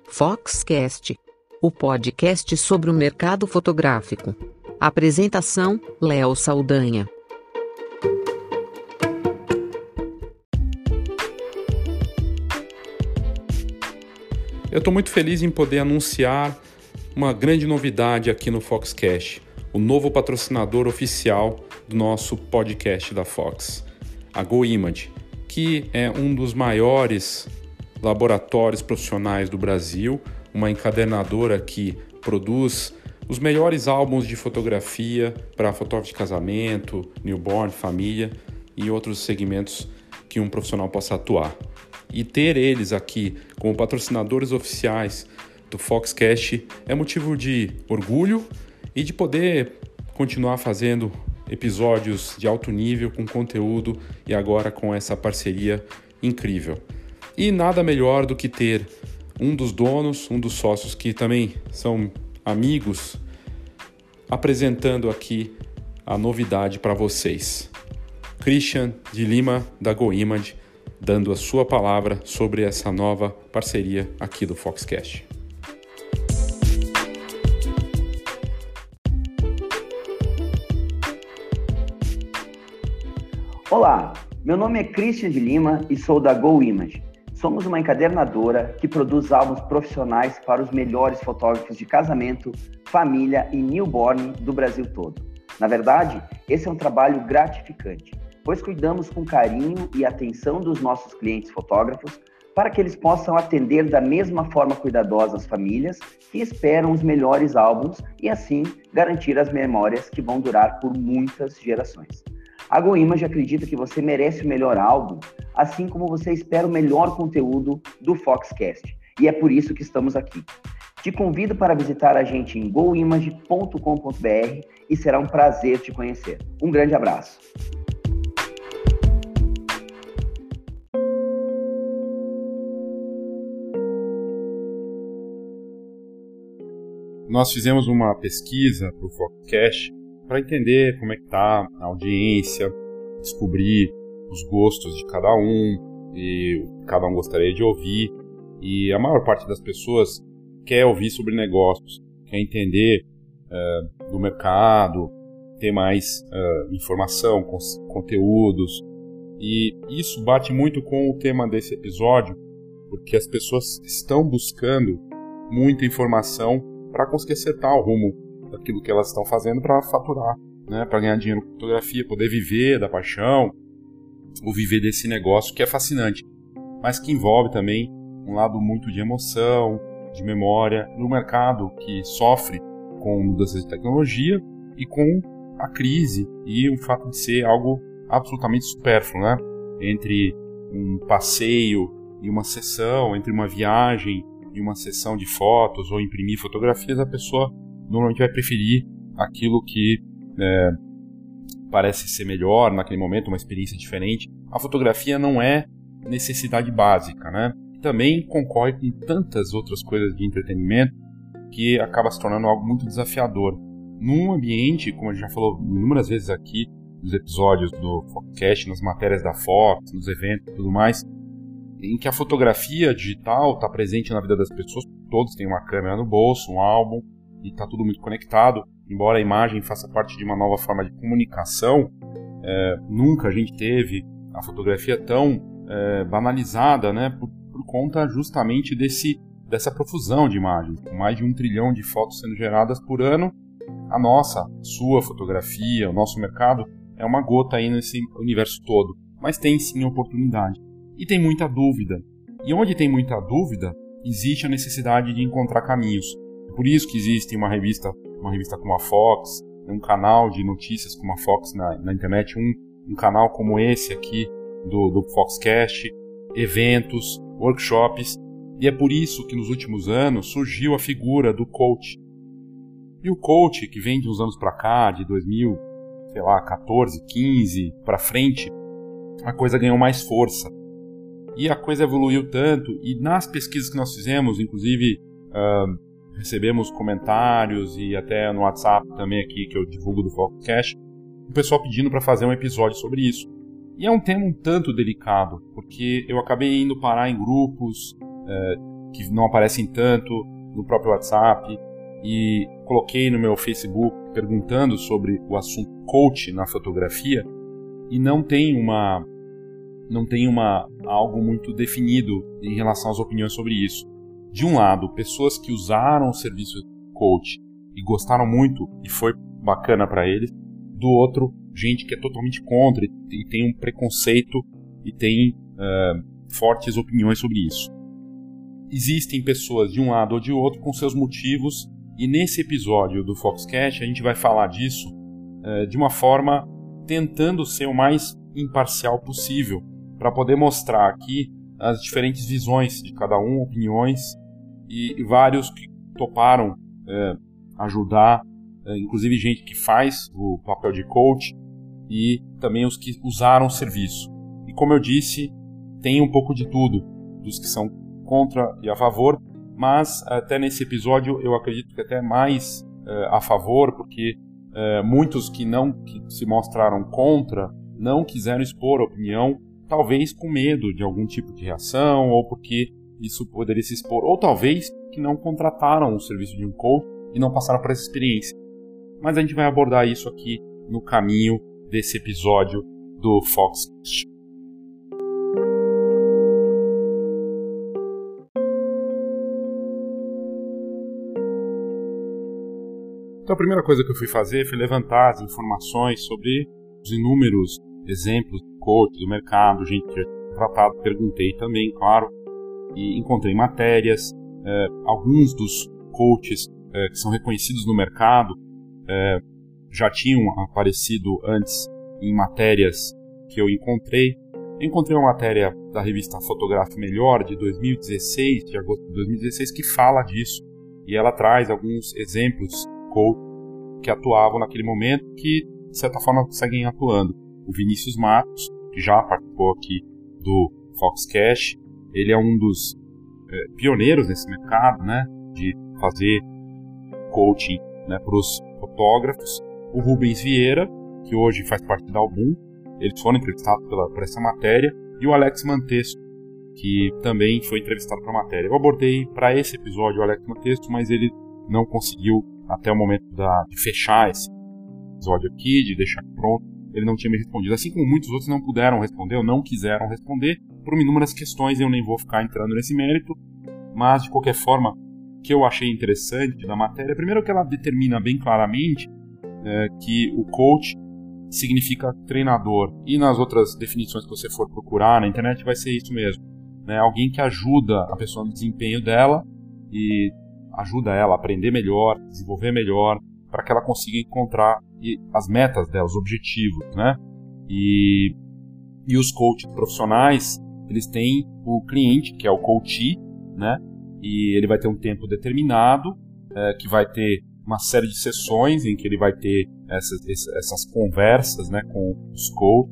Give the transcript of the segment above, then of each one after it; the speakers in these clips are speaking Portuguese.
Foxcast, o podcast sobre o mercado fotográfico. Apresentação: Léo Saldanha. Eu estou muito feliz em poder anunciar uma grande novidade aqui no Foxcast, o novo patrocinador oficial do nosso podcast da Fox, a GoImage, que é um dos maiores laboratórios profissionais do Brasil, uma encadernadora que produz os melhores álbuns de fotografia para fotógrafo de casamento, newborn, família e outros segmentos que um profissional possa atuar. E ter eles aqui como patrocinadores oficiais do Foxcast é motivo de orgulho e de poder continuar fazendo episódios de alto nível com conteúdo e agora com essa parceria incrível. E nada melhor do que ter um dos donos, um dos sócios que também são amigos, apresentando aqui a novidade para vocês. Christian de Lima, da GoImage, dando a sua palavra sobre essa nova parceria aqui do Foxcast. Olá, meu nome é Christian de Lima e sou da GoImage. Somos uma encadernadora que produz álbuns profissionais para os melhores fotógrafos de casamento, família e newborn do Brasil todo. Na verdade, esse é um trabalho gratificante, pois cuidamos com carinho e atenção dos nossos clientes fotógrafos para que eles possam atender da mesma forma cuidadosa as famílias que esperam os melhores álbuns e assim garantir as memórias que vão durar por muitas gerações. A GoImage acredita que você merece o melhor álbum, assim como você espera o melhor conteúdo do Foxcast. E é por isso que estamos aqui. Te convido para visitar a gente em goimage.com.br e será um prazer te conhecer. Um grande abraço. Nós fizemos uma pesquisa para o Foxcast para entender como é que está a audiência, descobrir os gostos de cada um e o que cada um gostaria de ouvir. E a maior parte das pessoas quer ouvir sobre negócios, quer entender do mercado, ter mais informação, conteúdos. E isso bate muito com o tema desse episódio, porque as pessoas estão buscando muita informação para conseguir acertar o rumo daquilo que elas estão fazendo para faturar, né? Para ganhar dinheiro com fotografia, poder viver da paixão, ou viver desse negócio que é fascinante, mas que envolve também um lado muito de emoção, de memória, no mercado que sofre com mudanças de tecnologia e com a crise e o fato de ser algo absolutamente supérfluo, né? Entre um passeio e uma sessão, entre uma viagem e uma sessão de fotos ou imprimir fotografias, a pessoa normalmente vai preferir aquilo que parece ser melhor naquele momento, uma experiência diferente. A fotografia não é necessidade básica, né? Também concorre com tantas outras coisas de entretenimento que acaba se tornando algo muito desafiador. Num ambiente, como a gente já falou inúmeras vezes aqui, nos episódios do Foxcast, nas matérias da Fox, nos eventos e tudo mais, em que a fotografia digital está presente na vida das pessoas, todos têm uma câmera no bolso, um álbum, e está tudo muito conectado. Embora a imagem faça parte de uma nova forma de comunicação, nunca a gente teve a fotografia tão banalizada, né, por conta justamente dessa profusão de imagens. Com mais de 1 trilhão de fotos sendo geradas por ano, sua fotografia, o nosso mercado é uma gota aí nesse universo todo. Mas tem sim oportunidade. E tem muita dúvida. E onde tem muita dúvida, existe a necessidade de encontrar caminhos. É por isso que existe uma revista como a Fox, um canal de notícias como a Fox na internet, um canal como esse aqui do Foxcast, eventos, workshops. E é por isso que nos últimos anos surgiu a figura do coach. E o coach, que vem de uns anos para cá, de 2014, 15 para frente, a coisa ganhou mais força. E a coisa evoluiu tanto, e nas pesquisas que nós fizemos, inclusive recebemos comentários e até no WhatsApp também aqui, que eu divulgo do Foxcast, o pessoal pedindo para fazer um episódio sobre isso. E é um tema um tanto delicado, porque eu acabei indo parar em grupos que não aparecem tanto no próprio WhatsApp, e coloquei no meu Facebook perguntando sobre o assunto coach na fotografia, e não tem algo muito definido em relação às opiniões sobre isso. De um lado, pessoas que usaram o serviço de coach e gostaram muito e foi bacana para eles. Do outro, gente que é totalmente contra e tem um preconceito e tem fortes opiniões sobre isso. Existem pessoas de um lado ou de outro com seus motivos, e nesse episódio do Foxcast a gente vai falar disso de uma forma tentando ser o mais imparcial possível, para poder mostrar aqui as diferentes visões de cada um, opiniões, e vários que toparam ajudar, inclusive gente que faz o papel de coach, e também os que usaram o serviço. E como eu disse, tem um pouco de tudo, dos que são contra e a favor, mas até nesse episódio eu acredito que até mais a favor, porque muitos que se mostraram contra não quiseram expor a opinião, talvez com medo de algum tipo de reação, ou porque isso poderia se expor, ou talvez que não contrataram o serviço de um coach e não passaram por essa experiência. Mas a gente vai abordar isso aqui no caminho desse episódio do Foxcast. Então a primeira coisa que eu fui fazer foi levantar as informações sobre os inúmeros exemplos de coach do mercado, gente que já tinha tratado, perguntei também, claro, e encontrei matérias, alguns dos coaches que são reconhecidos no mercado já tinham aparecido antes em matérias que eu encontrei. Eu encontrei uma matéria da revista Fotografe Melhor de 2016, de agosto de 2016, que fala disso, e ela traz alguns exemplos coach que atuavam naquele momento, que de certa forma seguem atuando. O Vinícius Matos, que já participou aqui do Foxcast, ele é um dos pioneiros nesse mercado, né, de fazer coaching, né, para os fotógrafos. O Rubens Vieira, que hoje faz parte da Album, eles foram entrevistados por essa matéria, e o Alex Mantesto, que também foi entrevistado para a matéria. Eu abordei para esse episódio o Alex Mantesto, mas ele não conseguiu, até o momento de fechar esse episódio aqui, de deixar pronto, ele não tinha me respondido. Assim como muitos outros não puderam responder ou não quiseram responder por inúmeras questões, eu nem vou ficar entrando nesse mérito, mas de qualquer forma, o que eu achei interessante da matéria, primeiro que ela determina bem claramente que o coach significa treinador, e nas outras definições que você for procurar na internet vai ser isso mesmo, né? Alguém que ajuda a pessoa no desempenho dela e ajuda ela a aprender melhor, desenvolver melhor, para que ela consiga encontrar as metas dela, os objetivos, né? E os coaches profissionais, eles têm o cliente, que é o coachee, né? E ele vai ter um tempo determinado, que vai ter uma série de sessões em que ele vai ter essas conversas, né, com os coaches.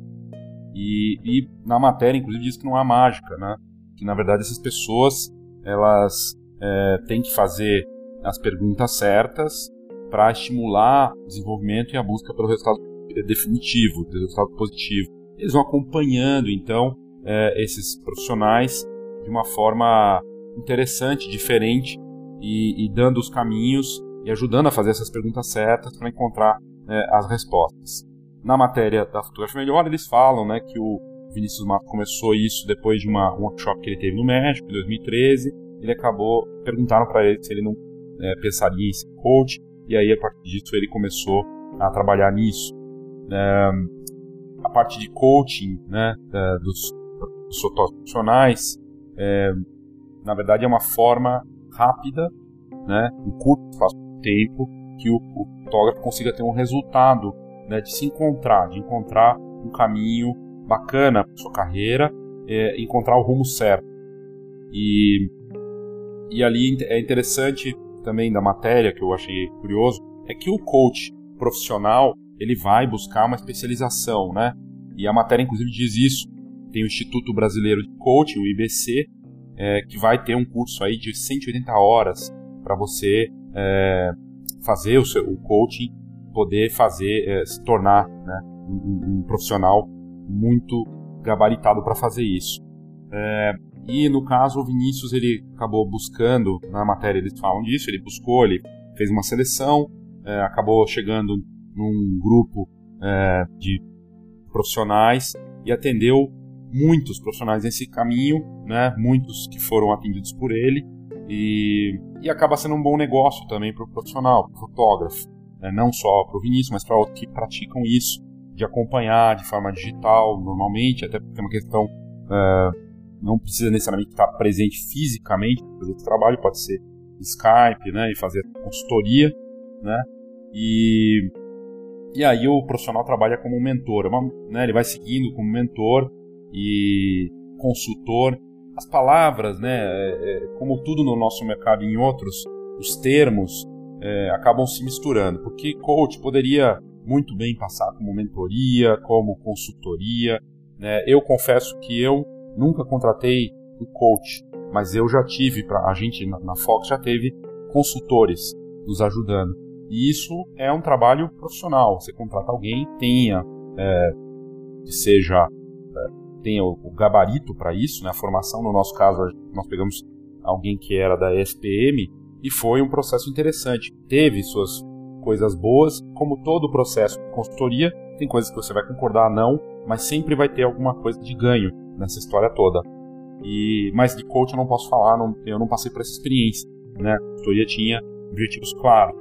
E na matéria, inclusive, diz que não há mágica, né? Que, na verdade, essas pessoas, elas têm que fazer as perguntas certas para estimular o desenvolvimento e a busca pelo resultado definitivo, pelo resultado positivo. Eles vão acompanhando, então, esses profissionais de uma forma interessante, diferente, e dando os caminhos e ajudando a fazer essas perguntas certas para encontrar as respostas. Na matéria da Fotografia Melhor, eles falam, né, que o Vinícius Matos começou isso depois de um workshop que ele teve no México, em 2013. Perguntaram para ele se ele não pensaria em ser coach, e aí a partir disso ele começou a trabalhar nisso. A parte de coaching, né, dos fotógrafos profissionais, na verdade é uma forma rápida, né, em curto espaço de tempo, que o fotógrafo consiga ter um resultado, né, de encontrar um caminho bacana para sua carreira, encontrar o rumo certo. E ali é interessante também da matéria, que eu achei curioso, é que o coach profissional, ele vai buscar uma especialização, né? E a matéria inclusive diz isso. Tem o Instituto Brasileiro de Coaching, o IBC, que vai ter um curso aí de 180 horas para você fazer o coaching, poder se tornar, né, um profissional muito gabaritado para fazer isso. E no caso o Vinícius ele acabou buscando, na matéria eles falam disso, ele buscou, ele fez uma seleção, acabou chegando num grupo de profissionais e atendeu muitos profissionais nesse caminho, né? Muitos que foram atendidos por ele e acaba sendo um bom negócio também para o profissional, para o fotógrafo, né? Não só para o Vinícius, mas para outros que praticam isso, de acompanhar de forma digital normalmente, até porque é uma questão, não precisa necessariamente estar presente fisicamente para fazer esse trabalho, pode ser Skype, né? E fazer consultoria, né? E aí o profissional trabalha como mentor, né? Ele vai seguindo como mentor e consultor. As palavras, né? Como tudo no nosso mercado e em outros, os termos acabam se misturando, porque coach poderia muito bem passar como mentoria, como consultoria, né? Eu confesso que eu nunca contratei um coach, mas eu já tive, a gente na Fox já teve consultores nos ajudando. E isso é um trabalho profissional. Você contrata alguém, tenha o gabarito para isso, né? A formação, no nosso caso, nós pegamos alguém que era da ESPM e foi um processo interessante. Teve suas coisas boas, como todo processo de consultoria, tem coisas que você vai concordar, não, mas sempre vai ter alguma coisa de ganho nessa história toda. Mas de coach eu não posso falar, eu não passei por essa experiência, né? A consultoria tinha objetivos claros.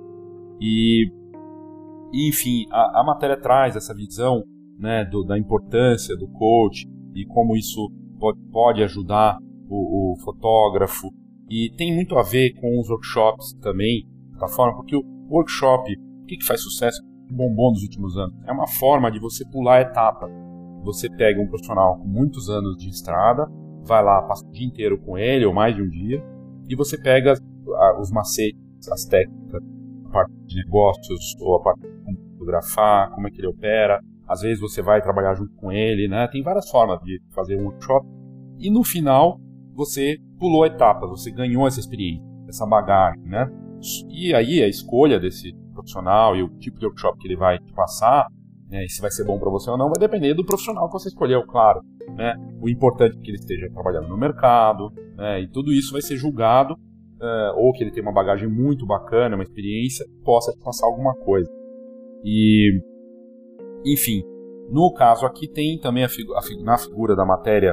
Enfim, a matéria traz essa visão, né, da importância do coach e como isso pode ajudar o fotógrafo. E tem muito a ver com os workshops também, da forma, porque o workshop, o que faz sucesso, bombom nos últimos anos? É uma forma de você pular a etapa. Você pega um profissional com muitos anos de estrada, vai lá, passa o dia inteiro com ele, ou mais de um dia, e você pega os macetes, as técnicas, a parte de negócios, ou a parte de como fotografar, como é que ele opera. Às vezes você vai trabalhar junto com ele, né? Tem várias formas de fazer um workshop. E no final, você pulou etapas, você ganhou essa experiência, essa bagagem, né? E aí a escolha desse profissional e o tipo de workshop que ele vai te passar, né, e se vai ser bom para você ou não, vai depender do profissional que você escolheu, claro, né? O importante é que ele esteja trabalhando no mercado, né, e tudo isso vai ser julgado, ou que ele tenha uma bagagem muito bacana, uma experiência, possa te passar alguma coisa. E, enfim, no caso aqui tem também na figura da matéria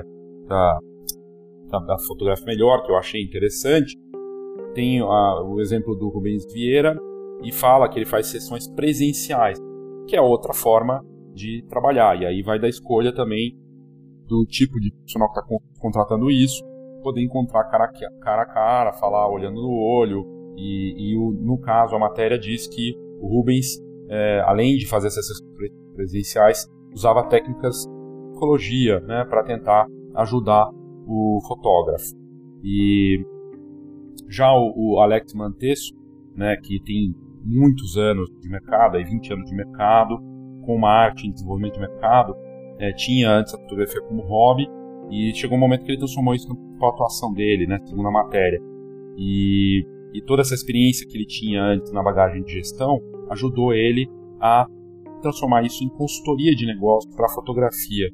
da fotografia melhor, que eu achei interessante, tem o exemplo do Rubens Vieira, e fala que ele faz sessões presenciais, que é outra forma de trabalhar. E aí vai da escolha também do tipo de profissional que está contratando isso, poder encontrar cara a cara, falar olhando no olho. No caso, a matéria diz que o Rubens, além de fazer essas sessões presenciais, usava técnicas de psicologia, né, para tentar ajudar o fotógrafo. E já o Alex Mantesso, né, que tem muitos anos de mercado, 20 anos de mercado, com marketing, desenvolvimento de mercado, tinha antes a fotografia como hobby, e chegou um momento que ele transformou isso na principal atuação dele, né, segundo a matéria. E toda essa experiência que ele tinha antes na bagagem de gestão ajudou ele a transformar isso em consultoria de negócio para a fotografia.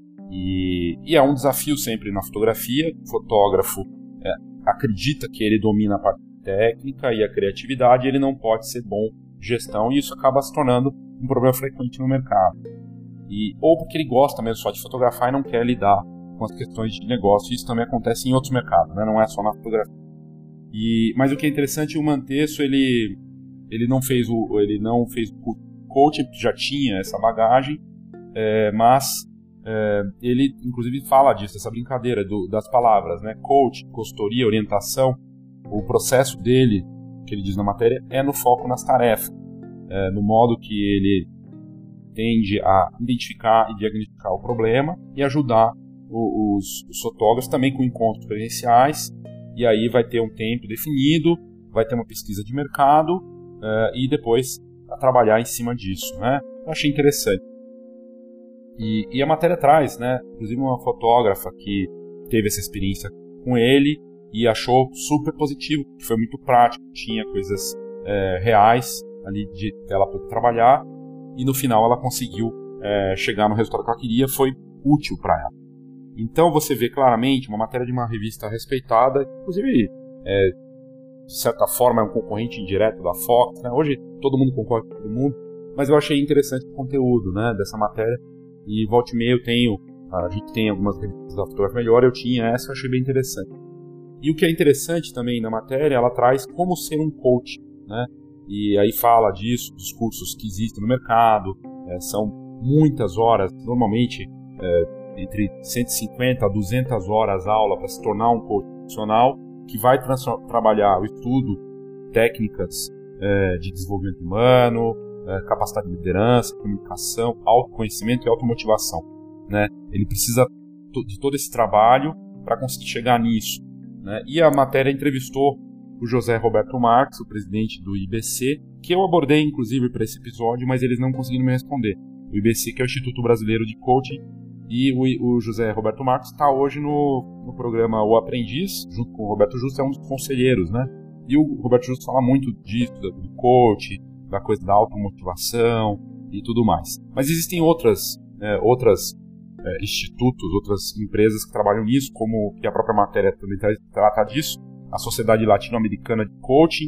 E é um desafio sempre na fotografia. O fotógrafo acredita que ele domina a parte técnica e a criatividade, ele não pode ser bom em gestão, e isso acaba se tornando um problema frequente no mercado. Ou porque ele gosta mesmo só de fotografar e não quer lidar com as questões de negócio. Isso também acontece em outros mercados, né? Não é só na fotografia. Mas o que é interessante, o Mantesso, ele não fez o coaching, já tinha essa bagagem, mas ele inclusive fala disso, essa brincadeira das palavras, né? Coach, consultoria, orientação. O processo dele, que ele diz na matéria, é no foco nas tarefas, no modo que ele tende a identificar e diagnosticar o problema e ajudar os fotógrafos também com encontros presenciais. E aí vai ter um tempo definido, vai ter uma pesquisa de mercado, e depois a trabalhar em cima disso, né? Eu achei interessante. E a matéria traz, né, inclusive uma fotógrafa que teve essa experiência com ele e achou super positivo, que foi muito prático, tinha coisas reais ali de ela poder trabalhar, e no final ela conseguiu chegar no resultado que ela queria, foi útil para ela. Então você vê claramente uma matéria de uma revista respeitada, inclusive, de certa forma, é um concorrente indireto da Fox, né? Hoje todo mundo concorre com todo mundo, mas eu achei interessante o conteúdo, né, dessa matéria, e volta e meia a gente tem algumas revistas da Fotografia Melhor, eu tinha essa, eu achei bem interessante. E o que é interessante também na matéria, ela traz como ser um coach, né? E aí fala disso, dos cursos que existem no mercado, são muitas horas, normalmente entre 150 a 200 horas aula para se tornar um coach profissional, que vai trabalhar o estudo, técnicas de desenvolvimento humano, capacidade de liderança, comunicação, autoconhecimento e automotivação, né? Ele precisa de todo esse trabalho para conseguir chegar nisso, né? E a matéria entrevistou o José Roberto Marques, o presidente do IBC, que eu abordei inclusive para esse episódio, mas eles não conseguiram me responder. O IBC, que é o Instituto Brasileiro de Coaching, e o José Roberto Marques está hoje no programa O Aprendiz, junto com o Roberto Justo, é um dos conselheiros, né? E o Roberto Justo fala muito disso, do coach, da coisa da automotivação e tudo mais. Mas existem outros institutos, outras empresas que trabalham nisso, como que a própria matéria também trata disso. A Sociedade Latino-Americana de Coaching,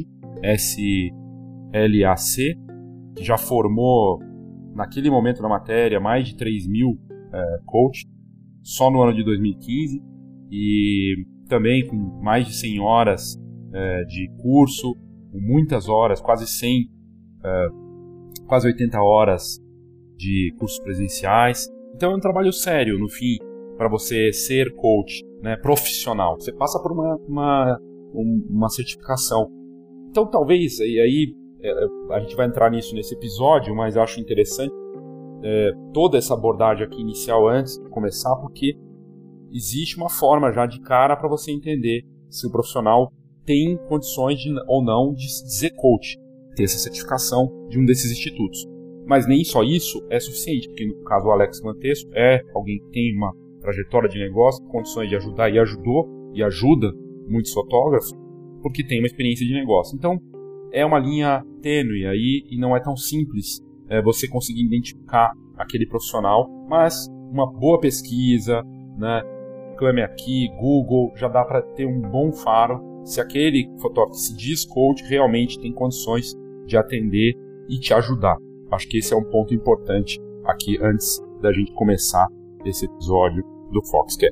SLAC, que já formou, naquele momento da matéria, mais de 3.000 coaches, só no ano de 2015, e também com mais de 100 horas de curso, com muitas horas, quase 80 horas de cursos presenciais. Então é um trabalho sério, no fim, para você ser coach, né, profissional. Você passa por uma certificação. Então talvez, e aí a gente vai entrar nisso nesse episódio, mas acho interessante toda essa abordagem aqui inicial antes de começar, porque existe uma forma já de cara para você entender se o profissional tem condições ou não de ser coach, ter essa certificação de um desses institutos. Mas nem só isso é suficiente, porque no caso o Alex Mantesco é alguém que tem uma trajetória de negócio, condições de ajudar e ajudou e ajuda muitos fotógrafos, porque tem uma experiência de negócio. Então é uma linha tênue aí e não é tão simples você conseguir identificar aquele profissional, mas uma boa pesquisa, né, Clame Aqui, Google, já dá para ter um bom faro se aquele fotógrafo que se diz coach realmente tem condições de atender e te ajudar. Acho que esse é um ponto importante aqui antes da gente começar esse episódio do Foxcast.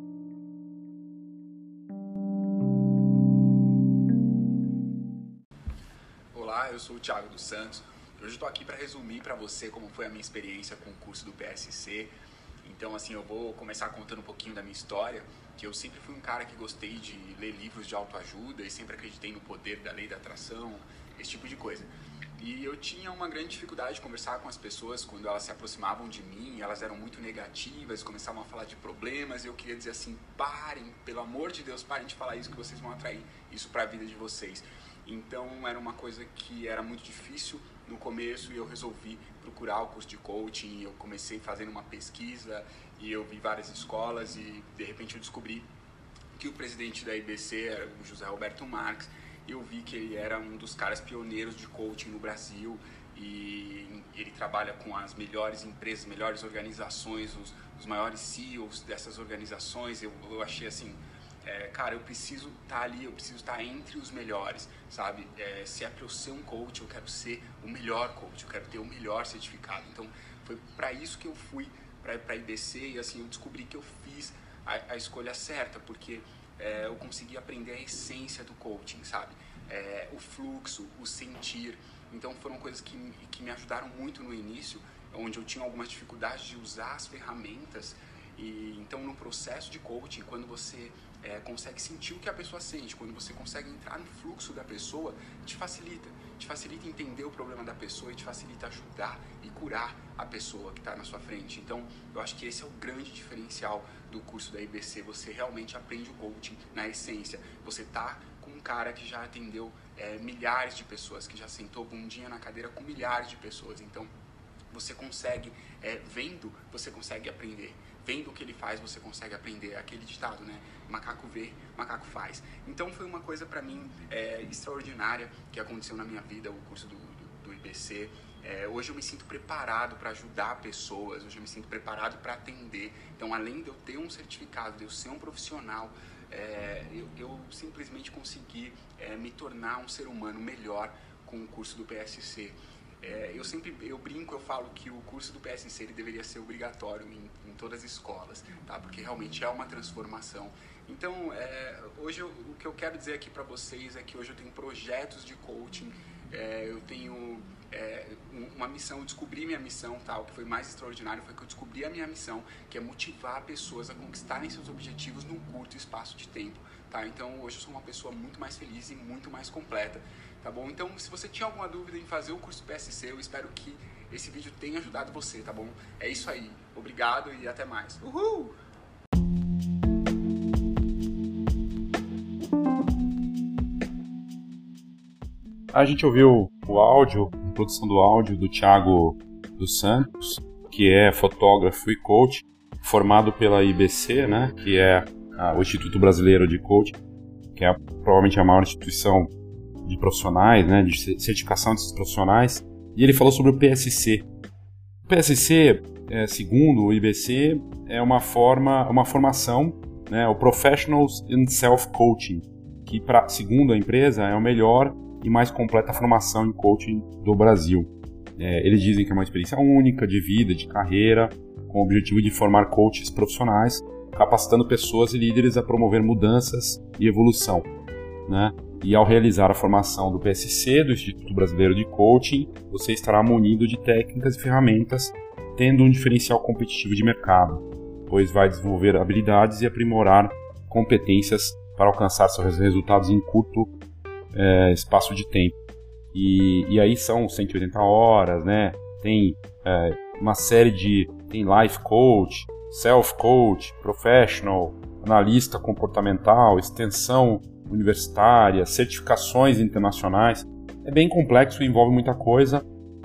Olá, eu sou o Thiago dos Santos. Hoje estou aqui para resumir para você como foi a minha experiência com o curso do PSC. Então, assim, eu vou começar contando um pouquinho da minha história, que eu sempre fui um cara que gostei de ler livros de autoajuda e sempre acreditei no poder da lei da atração, esse tipo de coisa. E eu tinha uma grande dificuldade de conversar com as pessoas quando elas se aproximavam de mim, elas eram muito negativas, começavam a falar de problemas, e eu queria dizer assim, parem, pelo amor de Deus, parem de falar isso, que vocês vão atrair isso para a vida de vocês. Então era uma coisa que era muito difícil no começo e eu resolvi procurar o curso de coaching. Eu comecei fazendo uma pesquisa e eu vi várias escolas e de repente eu descobri que o presidente da IBC era o José Roberto Marques. Eu vi que ele era um dos caras pioneiros de coaching no Brasil e ele trabalha com as melhores empresas, melhores organizações, os maiores CEOs dessas organizações. Eu achei assim, cara, eu preciso estar ali, eu preciso estar entre os melhores, sabe? Se é para eu ser um coach, eu quero ser o melhor coach, eu quero ter o melhor certificado. Então, foi para isso que eu fui para a IBC e assim, eu descobri que eu fiz a escolha certa, porque eu consegui aprender a essência do coaching, sabe? O fluxo, o sentir. Então, foram coisas que me ajudaram muito no início, onde eu tinha algumas dificuldades de usar as ferramentas. E então, no processo de coaching, quando você consegue sentir o que a pessoa sente, quando você consegue entrar no fluxo da pessoa, te facilita entender o problema da pessoa e te facilita ajudar e curar a pessoa que está na sua frente. Então, eu acho que esse é o grande diferencial do curso da IBC. Você realmente aprende o coaching na essência. Você tá com um cara que já atendeu milhares de pessoas, que já sentou bundinha na cadeira com milhares de pessoas. Então, você consegue, vendo, você consegue aprender. Vendo o que ele faz, você consegue aprender. Aquele ditado, né? Macaco vê, macaco faz. Então foi uma coisa para mim extraordinária que aconteceu na minha vida, o curso do IBC. Hoje eu me sinto preparado para ajudar pessoas, hoje eu me sinto preparado para atender. Então, além de eu ter um certificado, de eu ser um profissional, eu simplesmente consegui me tornar um ser humano melhor com o curso do PSC. Eu brinco, eu falo que o curso do PSC ele deveria ser obrigatório em todas as escolas, tá? Porque realmente é uma transformação. Então, hoje o que eu quero dizer aqui para vocês é que hoje eu tenho projetos de coaching, eu tenho uma missão, eu descobri minha missão, tá? O que foi mais extraordinário foi que eu descobri a minha missão, que é motivar pessoas a conquistarem seus objetivos num curto espaço de tempo, tá? Então, hoje eu sou uma pessoa muito mais feliz e muito mais completa, tá bom? Então, se você tinha alguma dúvida em fazer o curso PSC, eu espero que esse vídeo tenha ajudado você, tá bom? É isso aí. Obrigado e até mais. Uhul! A gente ouviu o áudio, a produção do áudio do Thiago dos Santos, que é fotógrafo e coach, formado pela IBC, né, que é o Instituto Brasileiro de Coaching, que é provavelmente a maior instituição de profissionais, né, de certificação desses profissionais, e ele falou sobre o PSC. O PSC, segundo o IBC, é uma formação, né, o Professionals in Self-Coaching, que, segundo a empresa, é o melhor e mais completa formação em coaching do Brasil. Eles dizem que é uma experiência única de vida, de carreira, com o objetivo de formar coaches profissionais, capacitando pessoas e líderes a promover mudanças e evolução, né? E ao realizar a formação do PSC, do Instituto Brasileiro de Coaching, você estará munido de técnicas e ferramentas, tendo um diferencial competitivo de mercado, pois vai desenvolver habilidades e aprimorar competências para alcançar seus resultados em curto espaço de tempo. E aí são 180 horas, né? Tem uma série tem life coach, self coach, professional, analista comportamental, extensão universitária, certificações internacionais. É bem complexo, envolve muita coisa.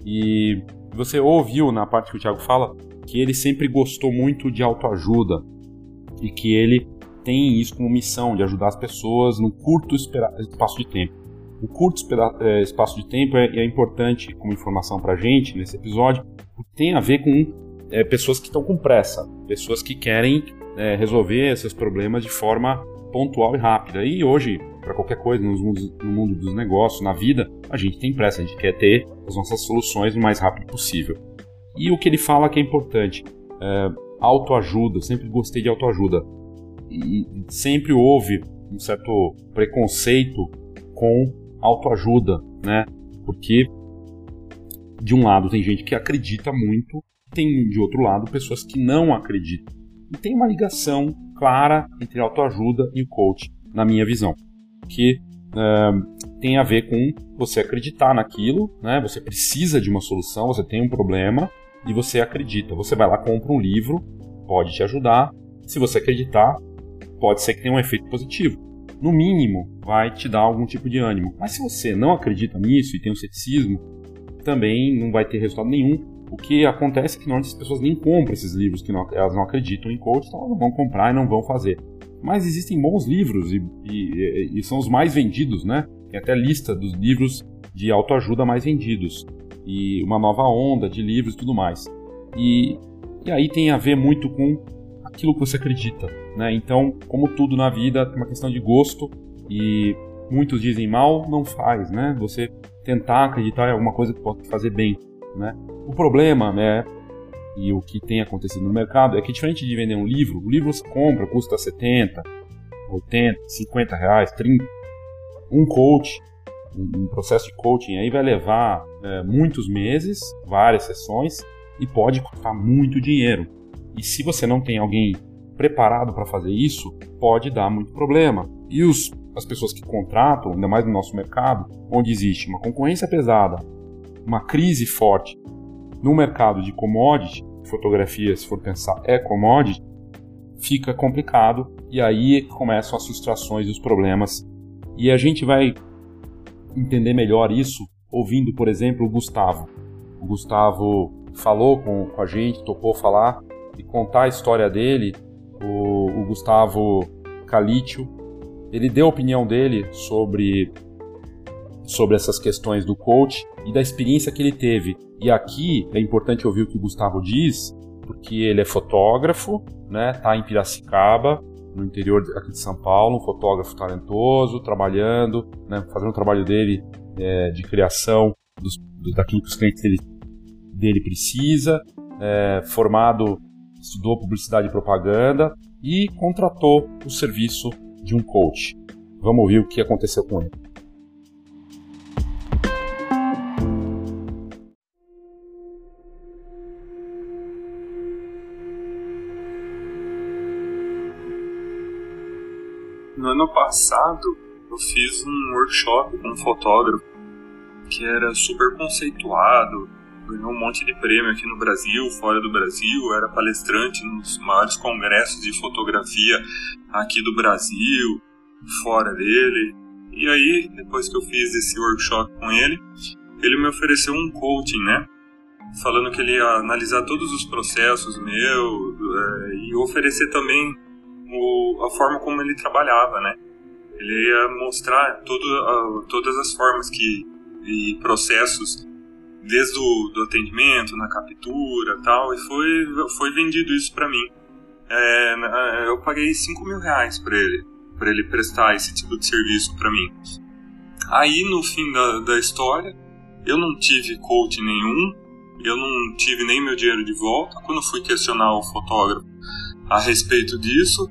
E você ouviu na parte que o Thiago fala que ele sempre gostou muito de autoajuda e que ele tem isso como missão de ajudar as pessoas no curto espaço de tempo. O curto espaço de tempo é importante como informação para a gente nesse episódio, porque tem a ver com pessoas que estão com pressa, pessoas que querem resolver seus problemas de forma pontual e rápida. E hoje, para qualquer coisa, no mundo dos negócios, na vida, a gente tem pressa, a gente quer ter as nossas soluções o mais rápido possível. E o que ele fala que é importante, autoajuda, eu sempre gostei de autoajuda. E sempre houve um certo preconceito com autoajuda, né? Porque de um lado tem gente que acredita muito, tem de outro lado pessoas que não acreditam. E tem uma ligação clara entre autoajuda e o coach, na minha visão, que tem a ver com você acreditar naquilo, né? Você precisa de uma solução, você tem um problema e você acredita. Você vai lá, compra um livro, pode te ajudar. Se você acreditar, pode ser que tenha um efeito positivo. No mínimo, vai te dar algum tipo de ânimo. Mas se você não acredita nisso e tem um ceticismo, também não vai ter resultado nenhum. O que acontece é que normalmente as pessoas nem compram esses livros, que elas não acreditam em coach, então elas não vão comprar e não vão fazer. Mas existem bons livros e são os mais vendidos, né? Tem até lista dos livros de autoajuda mais vendidos. E uma nova onda de livros e tudo mais. E aí tem a ver muito com aquilo que você acredita, né? Então, como tudo na vida, é uma questão de gosto e muitos dizem mal, não faz, né? Você tentar acreditar em alguma coisa que pode fazer bem, né? O problema, né, e o que tem acontecido no mercado é que, diferente de vender um livro, o livro você compra, custa 70, 80, 50 reais, 30. Um coach, um processo de coaching aí vai levar muitos meses, várias sessões e pode custar muito dinheiro. E se você não tem alguém preparado para fazer isso, pode dar muito problema. E as pessoas que contratam, ainda mais no nosso mercado, onde existe uma concorrência pesada, uma crise forte no mercado de commodity, fotografia, se for pensar, é commodity, fica complicado e aí começam as frustrações e os problemas. E a gente vai entender melhor isso ouvindo, por exemplo, o Gustavo. O Gustavo falou com a gente, topou falar e contar a história dele. O Gustavo Calitio, ele deu a opinião dele sobre essas questões do coach e da experiência que ele teve. E aqui é importante ouvir o que o Gustavo diz, porque ele é fotógrafo, né, tá em Piracicaba, no interior aqui de São Paulo, um fotógrafo talentoso, trabalhando, né, fazendo o trabalho dele de criação daquilo que os clientes dele precisa, formado, estudou publicidade e propaganda e contratou o serviço de um coach. Vamos ouvir o que aconteceu com ele. No ano passado, eu fiz um workshop com um fotógrafo que era super conceituado, ganhou um monte de prêmio aqui no Brasil, fora do Brasil, era palestrante nos maiores congressos de fotografia aqui do Brasil, fora dele. E aí, depois que eu fiz esse workshop com ele me ofereceu um coaching, né? Falando que ele ia analisar todos os processos meus e oferecer também a forma como ele trabalhava, né? Ele ia mostrar todas as formas e processos, desde do atendimento, na captura e tal, e foi vendido isso para mim. Eu paguei R$5.000 para ele prestar esse tipo de serviço para mim. Aí, no fim da história, eu não tive coach nenhum, eu não tive nem meu dinheiro de volta. Quando eu fui questionar o fotógrafo a respeito disso,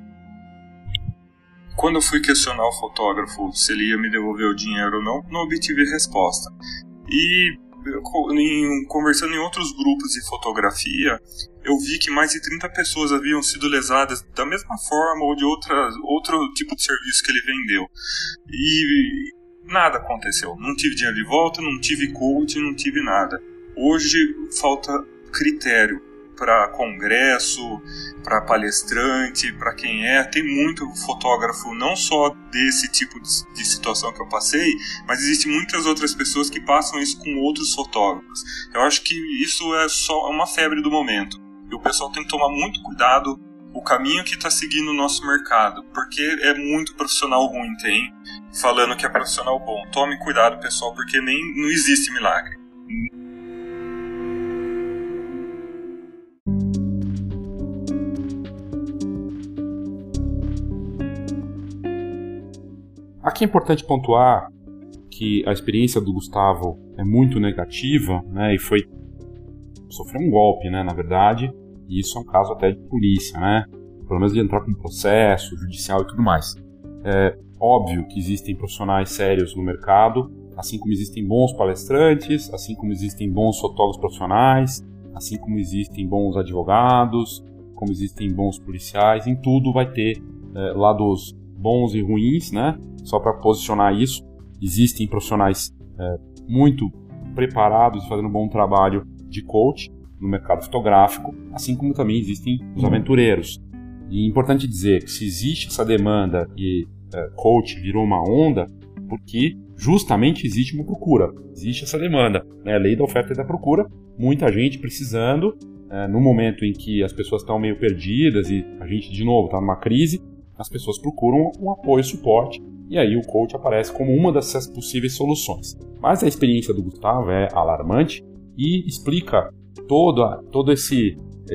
se ele ia me devolver o dinheiro ou não obtive resposta. E conversando em outros grupos de fotografia, eu vi que mais de 30 pessoas haviam sido lesadas da mesma forma ou de outro tipo de serviço que ele vendeu. E nada aconteceu. Não tive dinheiro de volta, não tive coach, não tive nada. Hoje falta critério para congresso, para palestrante, para quem tem muito fotógrafo, não só desse tipo de situação que eu passei, mas existem muitas outras pessoas que passam isso com outros fotógrafos. Eu acho que isso é só uma febre do momento, e o pessoal tem que tomar muito cuidado o caminho que está seguindo o nosso mercado, porque é muito profissional ruim, tem falando que é profissional bom. Tome cuidado, pessoal, porque não existe milagre. Aqui é importante pontuar que a experiência do Gustavo é muito negativa, né, e sofreu um golpe, né, na verdade, e isso é um caso até de polícia, né, pelo menos de entrar com processo judicial e tudo mais. É óbvio que existem profissionais sérios no mercado, assim como existem bons palestrantes, assim como existem bons fotógrafos profissionais, assim como existem bons advogados, como existem bons policiais, em tudo vai ter lados bons e ruins, né? Só para posicionar isso, existem profissionais muito preparados e fazendo um bom trabalho de coach no mercado fotográfico, assim como também existem os aventureiros. E é importante dizer que se existe essa demanda e coach virou uma onda, porque justamente existe uma procura, existe essa demanda, né? A lei da oferta e da procura, muita gente precisando, no momento em que as pessoas estão meio perdidas e a gente de novo está numa crise, as pessoas procuram um apoio e suporte, e aí o coach aparece como uma dessas possíveis soluções. Mas a experiência do Gustavo é alarmante e explica todo esse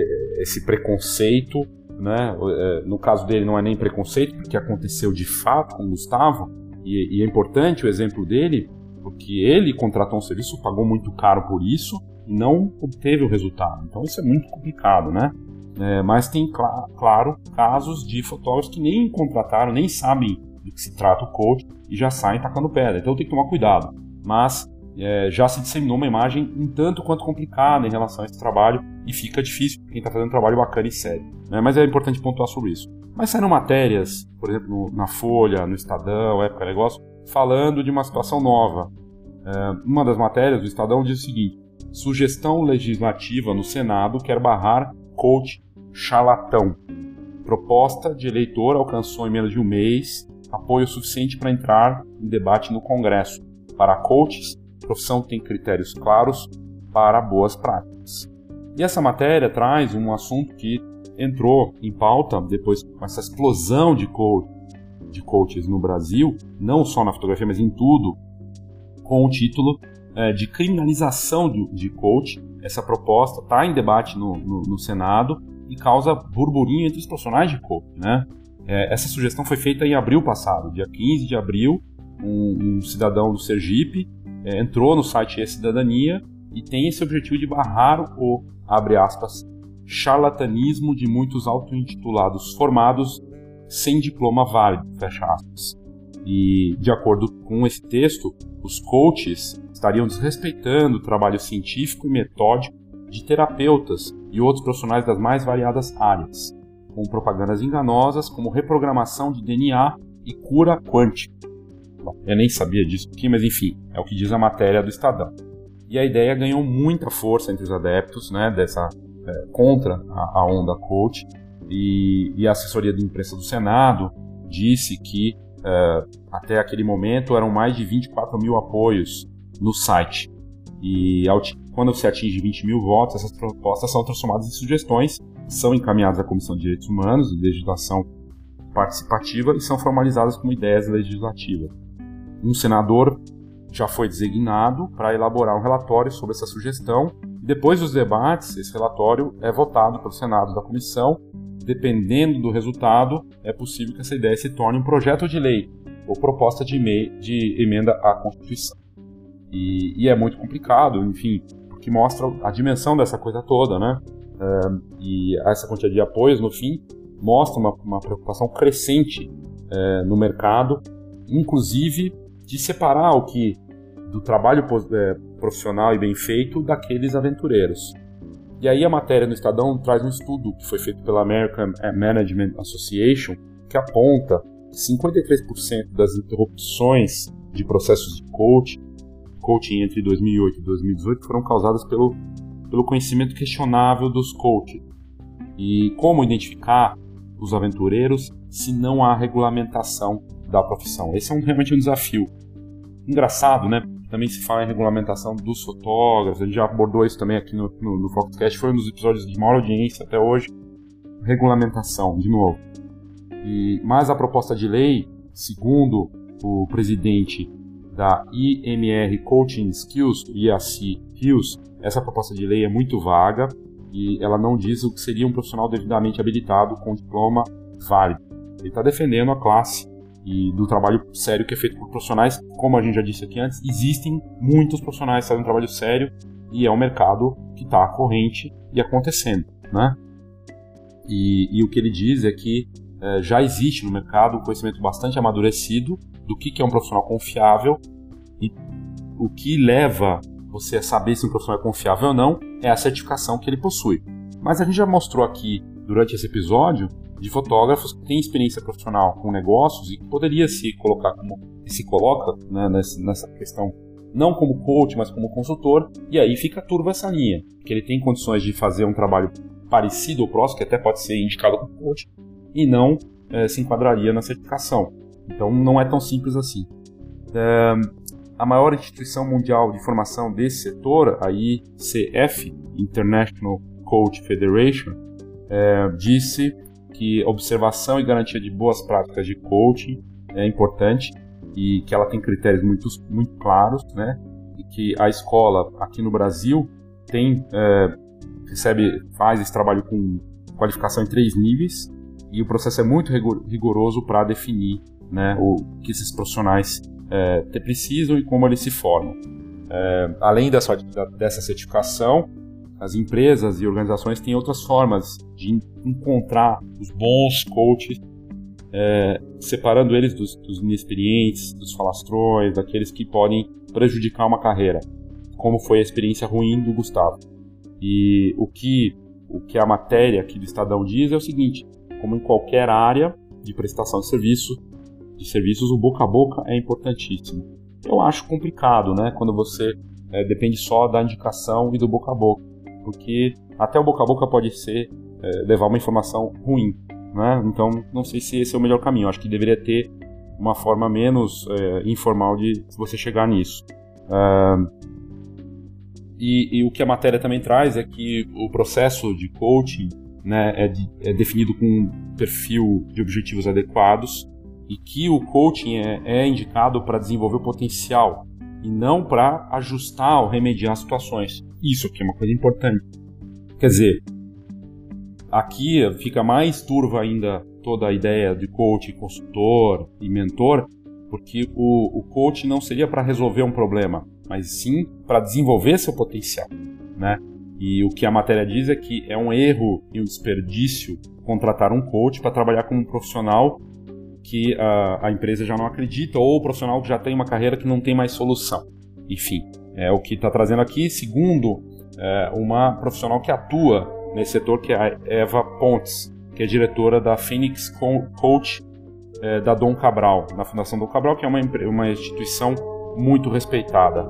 preconceito, né? No caso dele não é nem preconceito, porque aconteceu de fato com o Gustavo, e é importante o exemplo dele, porque ele contratou um serviço, pagou muito caro por isso, e não obteve o resultado. Então isso é muito complicado, né? Mas tem, claro, casos de fotógrafos que nem contrataram, nem sabem do que se trata o coach e já saem tacando pedra. Então tem que tomar cuidado. Mas já se disseminou uma imagem um tanto quanto complicada em relação a esse trabalho e fica difícil para quem está fazendo um trabalho bacana e sério. Mas é importante pontuar sobre isso. Mas saíram matérias, por exemplo, na Folha, no Estadão, Época Negócio, falando de uma situação nova. Uma das matérias do Estadão diz o seguinte: sugestão legislativa no Senado quer barrar coach charlatão. Proposta de eleitor alcançou em menos de um mês apoio suficiente para entrar em debate no Congresso. Para coaches, a profissão tem critérios claros para boas práticas. E essa matéria traz um assunto que entrou em pauta depois com essa explosão de coaches no Brasil, não só na fotografia, mas em tudo, com o título de criminalização de coach. Essa proposta está em debate no Senado e causa burburinho entre os profissionais de coach, né? Essa sugestão foi feita em abril passado, dia 15 de abril. Um cidadão do Sergipe entrou no site E-Cidadania e tem esse objetivo de barrar o, abre aspas, charlatanismo de muitos auto-intitulados formados sem diploma válido, fecha aspas. E, de acordo com esse texto, os coaches estariam desrespeitando o trabalho científico e metódico de terapeutas e outros profissionais das mais variadas áreas, com propagandas enganosas como reprogramação de DNA e cura quântica. Bom, eu nem sabia disso aqui, mas enfim, é o que diz a matéria do Estadão. E a ideia ganhou muita força entre os adeptos, né, contra a onda coach, e a assessoria de imprensa do Senado disse que até aquele momento eram mais de 24 mil apoios no site. E quando se atinge 20 mil votos, essas propostas são transformadas em sugestões, são encaminhadas à Comissão de Direitos Humanos e Legislação Participativa e são formalizadas como ideias legislativas. Um senador já foi designado para elaborar um relatório sobre essa sugestão. Depois dos debates, esse relatório é votado pelo Senado da Comissão. Dependendo do resultado, é possível que essa ideia se torne um projeto de lei ou proposta de emenda à Constituição. E é muito complicado, enfim, porque mostra a dimensão dessa coisa toda, né? E essa quantidade de apoios, no fim, mostra uma preocupação crescente no mercado, inclusive de separar o que do trabalho profissional e bem feito daqueles aventureiros. E aí a matéria no Estadão traz um estudo que foi feito pela American Management Association, que aponta que 53% das interrupções de processos de coaching entre 2008 e 2018 foram causadas pelo conhecimento questionável dos coaches. E como identificar os aventureiros se não há regulamentação da profissão? Esse é realmente um desafio. Engraçado, né? Também se fala em regulamentação dos fotógrafos, a gente já abordou isso também aqui no Foxcast, foi um dos episódios de maior audiência até hoje. Regulamentação, de novo. Mas a proposta de lei, segundo o presidente da IMR Coaching Skills, IAC Skills, essa proposta de lei é muito vaga e ela não diz o que seria um profissional devidamente habilitado com diploma válido. Ele está defendendo a classe e do trabalho sério que é feito por profissionais. Como a gente já disse aqui antes, existem muitos profissionais que fazem um trabalho sério e é um mercado que está corrente e acontecendo, né? E o que ele diz é que já existe no mercado um conhecimento bastante amadurecido do que é um profissional confiável, e o que leva você a saber se um profissional é confiável ou não é a certificação que ele possui. Mas a gente já mostrou aqui, durante esse episódio, de fotógrafos que têm experiência profissional com negócios e que poderia se colocar como se coloca, né, nessa questão, não como coach, mas como consultor, e aí fica turva essa linha, que ele tem condições de fazer um trabalho parecido ou próximo, que até pode ser indicado como coach, e não se enquadraria na certificação. Então não é tão simples assim. A maior instituição mundial de formação desse setor, a ICF, International Coach Federation, disse que observação e garantia de boas práticas de coaching é importante e que ela tem critérios muito claros, né? E que a escola aqui no Brasil faz esse trabalho com qualificação em 3 níveis e o processo é muito rigoroso para definir, né, o que esses profissionais precisam e como eles se formam. Além dessa certificação, as empresas e organizações têm outras formas de encontrar os bons coaches, separando eles dos inexperientes, dos falastrões, daqueles que podem prejudicar uma carreira, como foi a experiência ruim do Gustavo. E o que a matéria aqui do Estadão diz é o seguinte: como em qualquer área de prestação de serviços, o boca a boca é importantíssimo. Eu acho complicado, né, quando você depende só da indicação e do boca a boca, porque até o boca a boca pode levar uma informação ruim, né? Então não sei se esse é o melhor caminho. Eu acho que deveria ter uma forma menos informal de você chegar nisso. E o que a matéria também traz é que o processo de coaching, né, é definido com um perfil de objetivos adequados e que o coaching é indicado para desenvolver o potencial e não para ajustar ou remediar situações. Isso aqui é uma coisa importante. Quer dizer, aqui fica mais turva ainda toda a ideia de coach, consultor e mentor, porque o coach não seria para resolver um problema, mas sim para desenvolver seu potencial, né? E o que a matéria diz é que é um erro e um desperdício contratar um coach para trabalhar como um profissional que a empresa já não acredita, ou o profissional que já tem uma carreira que não tem mais solução. Enfim, é o que está trazendo aqui, segundo uma profissional que atua nesse setor, que é a Eva Pontes, que é diretora da Phoenix Coach da Dom Cabral, na Fundação Dom Cabral, que é uma instituição muito respeitada.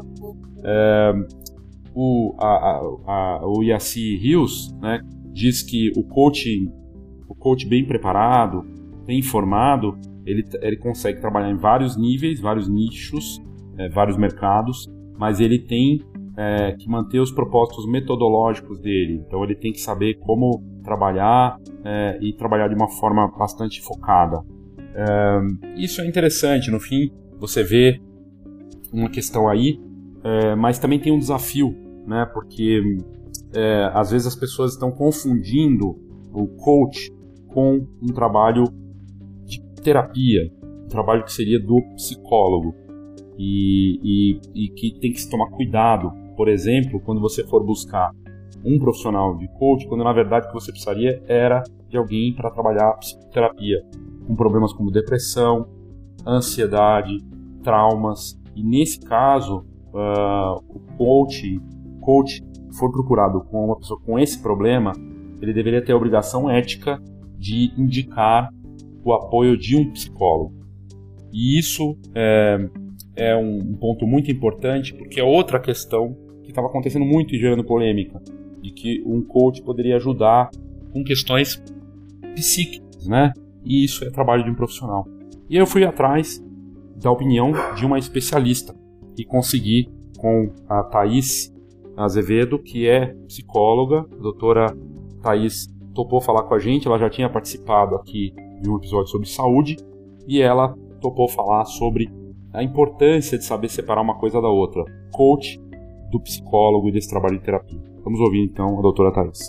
O Yassi Rios, né, diz que o coach bem preparado, bem informado, ele consegue trabalhar em vários níveis, vários nichos, vários mercados, mas ele tem que manter os propósitos metodológicos dele. Então ele tem que saber como trabalhar e trabalhar de uma forma bastante focada. Isso é interessante, no fim você vê uma questão aí, mas também tem um desafio, né? Porque às vezes as pessoas estão confundindo o coach com um trabalho de terapia, um trabalho que seria do psicólogo, e que tem que se tomar cuidado, por exemplo, quando você for buscar um profissional de coach, quando na verdade o que você precisaria era de alguém para trabalhar psicoterapia, com problemas como depressão, ansiedade, traumas, e nesse caso o coach for procurado com uma pessoa com esse problema, ele deveria ter a obrigação ética de indicar o apoio de um psicólogo. E isso é um ponto muito importante, porque é outra questão que estava acontecendo muito e gerando polêmica, de que um coach poderia ajudar com questões psíquicas, né? E isso é trabalho de um profissional. E eu fui atrás da opinião de uma especialista e consegui com a Thaís Azevedo, que é psicóloga. A doutora Thaís topou falar com a gente, ela já tinha participado aqui de um episódio sobre saúde, e ela topou falar sobre a importância de saber separar uma coisa da outra, coach do psicólogo e desse trabalho de terapia. Vamos ouvir então a doutora Thaís.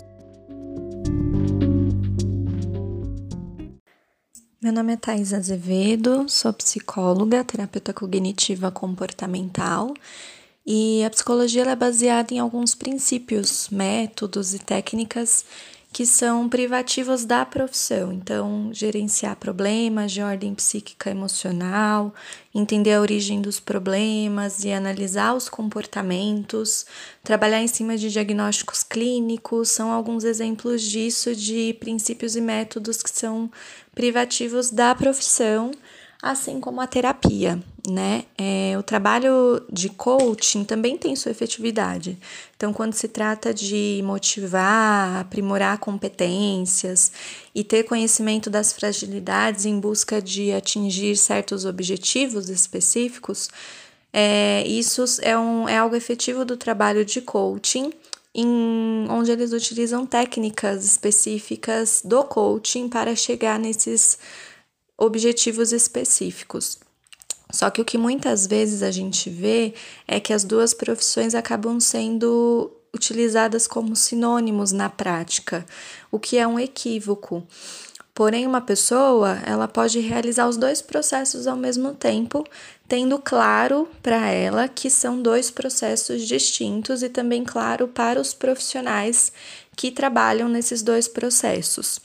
Meu nome é Thaís Azevedo, sou psicóloga, terapeuta cognitiva comportamental, e a psicologia ela é baseada em alguns princípios, métodos e técnicas que são privativos da profissão. Então, gerenciar problemas de ordem psíquica emocional, entender a origem dos problemas e analisar os comportamentos, trabalhar em cima de diagnósticos clínicos, são alguns exemplos disso, de princípios e métodos que são privativos da profissão, assim como a terapia, né? O trabalho de coaching também tem sua efetividade. Então, quando se trata de motivar, aprimorar competências e ter conhecimento das fragilidades em busca de atingir certos objetivos específicos, isso é algo efetivo do trabalho de coaching, onde eles utilizam técnicas específicas do coaching para chegar nesses objetivos específicos. Só que o que muitas vezes a gente vê é que as duas profissões acabam sendo utilizadas como sinônimos na prática, o que é um equívoco. Porém, uma pessoa, ela pode realizar os dois processos ao mesmo tempo, tendo claro para ela que são dois processos distintos e também claro para os profissionais que trabalham nesses dois processos.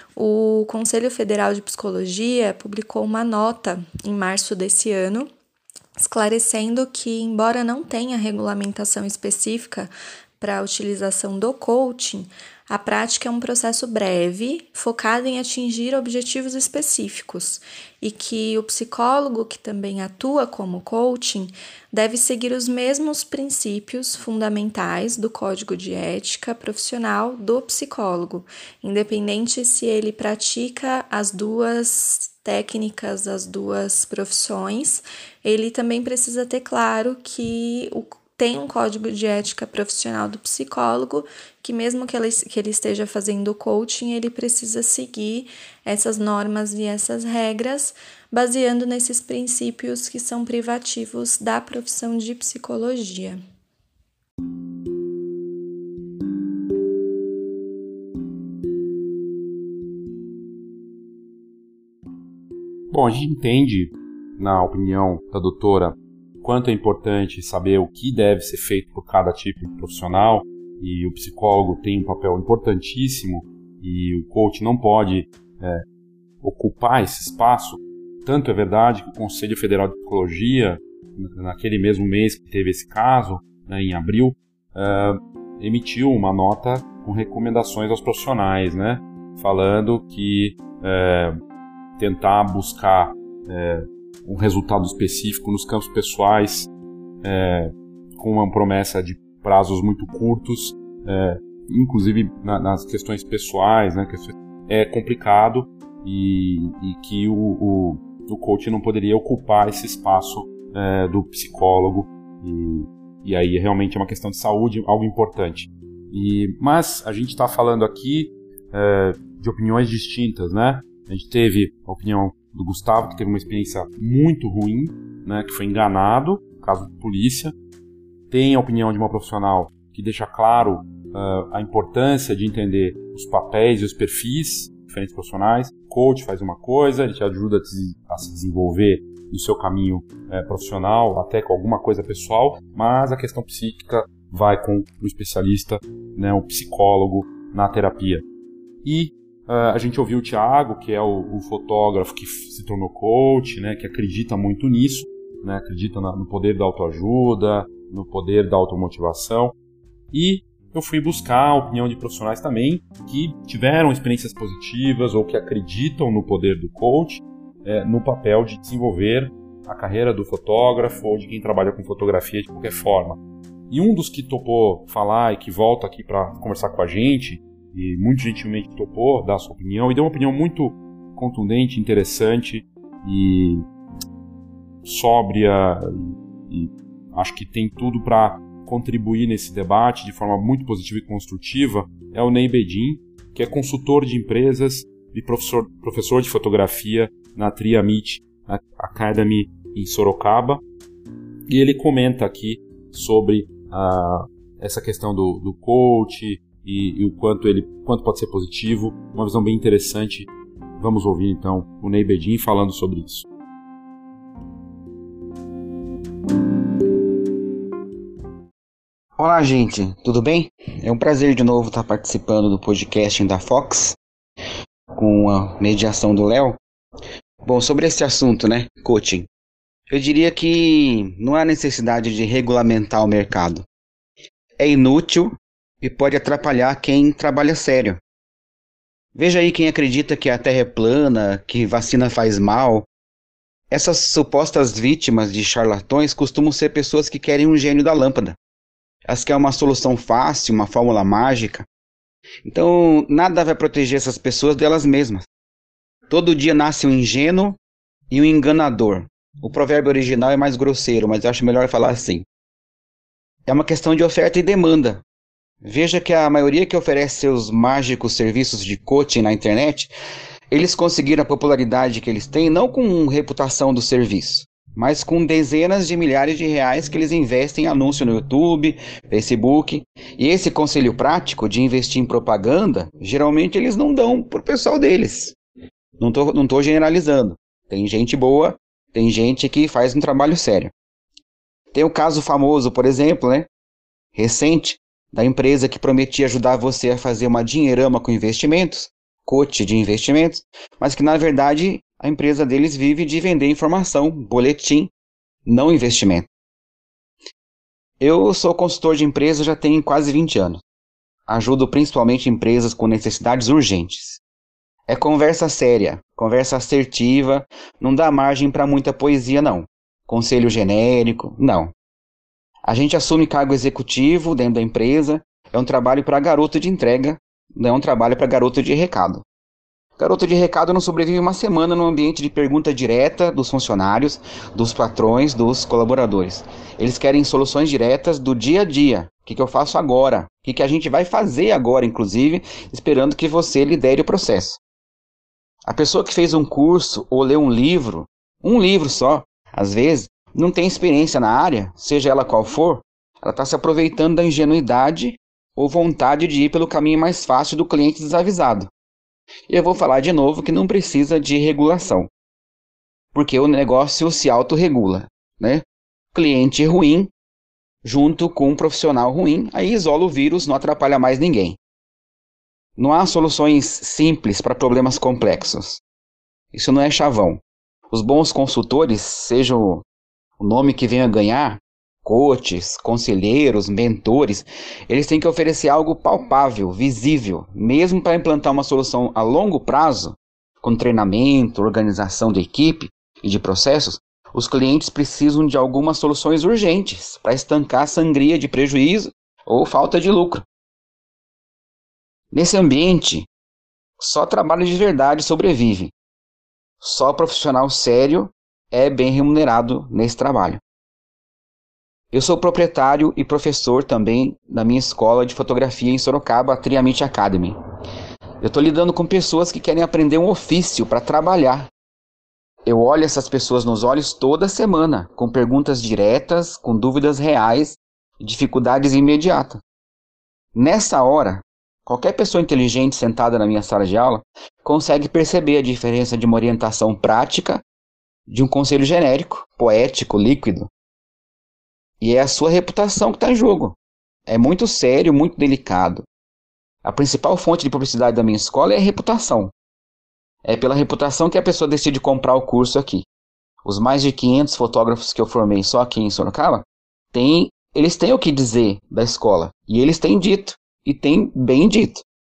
O Conselho Federal de Psicologia publicou uma nota em março desse ano, esclarecendo que, embora não tenha regulamentação específica para a utilização do coaching, a prática é um processo breve, focado em atingir objetivos específicos, e que o psicólogo, que também atua como coaching, deve seguir os mesmos princípios fundamentais do Código de Ética Profissional do psicólogo, independente se ele pratica as duas técnicas, as duas profissões. Ele também precisa ter claro que tem um código de ética profissional do psicólogo, que mesmo que ele esteja fazendo coaching, ele precisa seguir essas normas e essas regras, baseando nesses princípios que são privativos da profissão de psicologia. Bom, a gente entende, na opinião da doutora, quanto é importante saber o que deve ser feito por cada tipo de profissional, e o psicólogo tem um papel importantíssimo e o coach não pode ocupar esse espaço. Tanto é verdade que o Conselho Federal de Psicologia, naquele mesmo mês que teve esse caso, né, em abril, emitiu uma nota com recomendações aos profissionais, né, falando que tentar buscar um resultado específico nos campos pessoais com uma promessa de prazos muito curtos, inclusive nas questões pessoais, né, é complicado e que o coach não poderia ocupar esse espaço do psicólogo e aí realmente é uma questão de saúde, algo importante. Mas a gente está falando aqui de opiniões distintas, né? A gente teve a opinião do Gustavo, que teve uma experiência muito ruim, né, que foi enganado, caso de polícia. Tem a opinião de uma profissional que deixa claro a importância de entender os papéis e os perfis diferentes profissionais. O coach faz uma coisa, ele te ajuda a se desenvolver no seu caminho profissional, até com alguma coisa pessoal, mas a questão psíquica vai com o especialista, né, o psicólogo na terapia. E a gente ouviu o Thiago, que é o fotógrafo que se tornou coach, né, que acredita muito nisso, né, acredita no poder da autoajuda, no poder da automotivação. E eu fui buscar a opinião de profissionais também que tiveram experiências positivas ou que acreditam no poder do coach, no papel de desenvolver a carreira do fotógrafo ou de quem trabalha com fotografia de qualquer forma. E um dos que topou falar e que volta aqui para conversar com a gente, e muito gentilmente topou dar a sua opinião, e deu uma opinião muito contundente, interessante e sóbria, e acho que tem tudo para contribuir nesse debate de forma muito positiva e construtiva, é o Ney Bedin, que é consultor de empresas e professor de fotografia na Triamit Academy em Sorocaba, e ele comenta aqui sobre essa questão do coach e o quanto pode ser positivo, uma visão bem interessante. Vamos ouvir então o Ney Bedin falando sobre isso. Olá, gente, tudo bem? É um prazer de novo estar participando do podcast da Fox, com a mediação do Léo. Bom, sobre esse assunto, né, coaching, eu diria que não há necessidade de regulamentar o mercado. É inútil e pode atrapalhar quem trabalha sério. Veja aí quem acredita que a Terra é plana, que vacina faz mal. Essas supostas vítimas de charlatões costumam ser pessoas que querem um gênio da lâmpada. Elas querem uma solução fácil, uma fórmula mágica. Então, nada vai proteger essas pessoas delas mesmas. Todo dia nasce um ingênuo e um enganador. O provérbio original é mais grosseiro, mas eu acho melhor falar assim. É uma questão de oferta e demanda. Veja que a maioria que oferece seus mágicos serviços de coaching na internet, eles conseguiram a popularidade que eles têm não com reputação do serviço, mas com dezenas de milhares de reais que eles investem em anúncio no YouTube, Facebook. E esse conselho prático de investir em propaganda, geralmente eles não dão para o pessoal deles. Não tô generalizando. Tem gente boa, tem gente que faz um trabalho sério. Tem o caso famoso, por exemplo, né, recente, da empresa que prometia ajudar você a fazer uma dinheirama com investimentos, coach de investimentos, mas que na verdade a empresa deles vive de vender informação, boletim, não investimento. Eu sou consultor de empresas já tem quase 20 anos. Ajudo principalmente empresas com necessidades urgentes. É conversa séria, conversa assertiva, não dá margem para muita poesia não. Conselho genérico, não. A gente assume cargo executivo dentro da empresa, é um trabalho para garoto de entrega, não é um trabalho para garoto de recado. Garoto de recado não sobrevive uma semana no ambiente de pergunta direta dos funcionários, dos patrões, dos colaboradores. Eles querem soluções diretas do dia a dia. O que eu faço agora? O que a gente vai fazer agora, inclusive, esperando que você lidere o processo. A pessoa que fez um curso ou leu um livro Um livro só, às vezes, não tem experiência na área, seja ela qual for, ela está se aproveitando da ingenuidade ou vontade de ir pelo caminho mais fácil do cliente desavisado. E eu vou falar de novo que não precisa de regulação, porque o negócio se autorregula, né? Cliente ruim, junto com um profissional ruim, aí isola o vírus, não atrapalha mais ninguém. Não há soluções simples para problemas complexos. Isso não é chavão. Os bons consultores, seja o nome que venha a ganhar, coaches, conselheiros, mentores, eles têm que oferecer algo palpável, visível, mesmo para implantar uma solução a longo prazo, com treinamento, organização de equipe e de processos. Os clientes precisam de algumas soluções urgentes para estancar a sangria de prejuízo ou falta de lucro. Nesse ambiente, só trabalho de verdade sobrevive. Só profissional sério é bem remunerado nesse trabalho. Eu sou proprietário e professor também da minha escola de fotografia em Sorocaba, a Triamite Academy. Eu estou lidando com pessoas que querem aprender um ofício para trabalhar. Eu olho essas pessoas nos olhos toda semana, com perguntas diretas, com dúvidas reais e dificuldades imediatas. Nessa hora, qualquer pessoa inteligente sentada na minha sala de aula consegue perceber a diferença de uma orientação prática de um conselho genérico, poético, líquido. E é a sua reputação que está em jogo. É muito sério, muito delicado. A principal fonte de publicidade da minha escola é a reputação. É pela reputação que a pessoa decide comprar o curso aqui. Os mais de 500 fotógrafos que eu formei só aqui em Sorocaba, eles têm o que dizer da escola. E eles têm dito. E têm bem dito.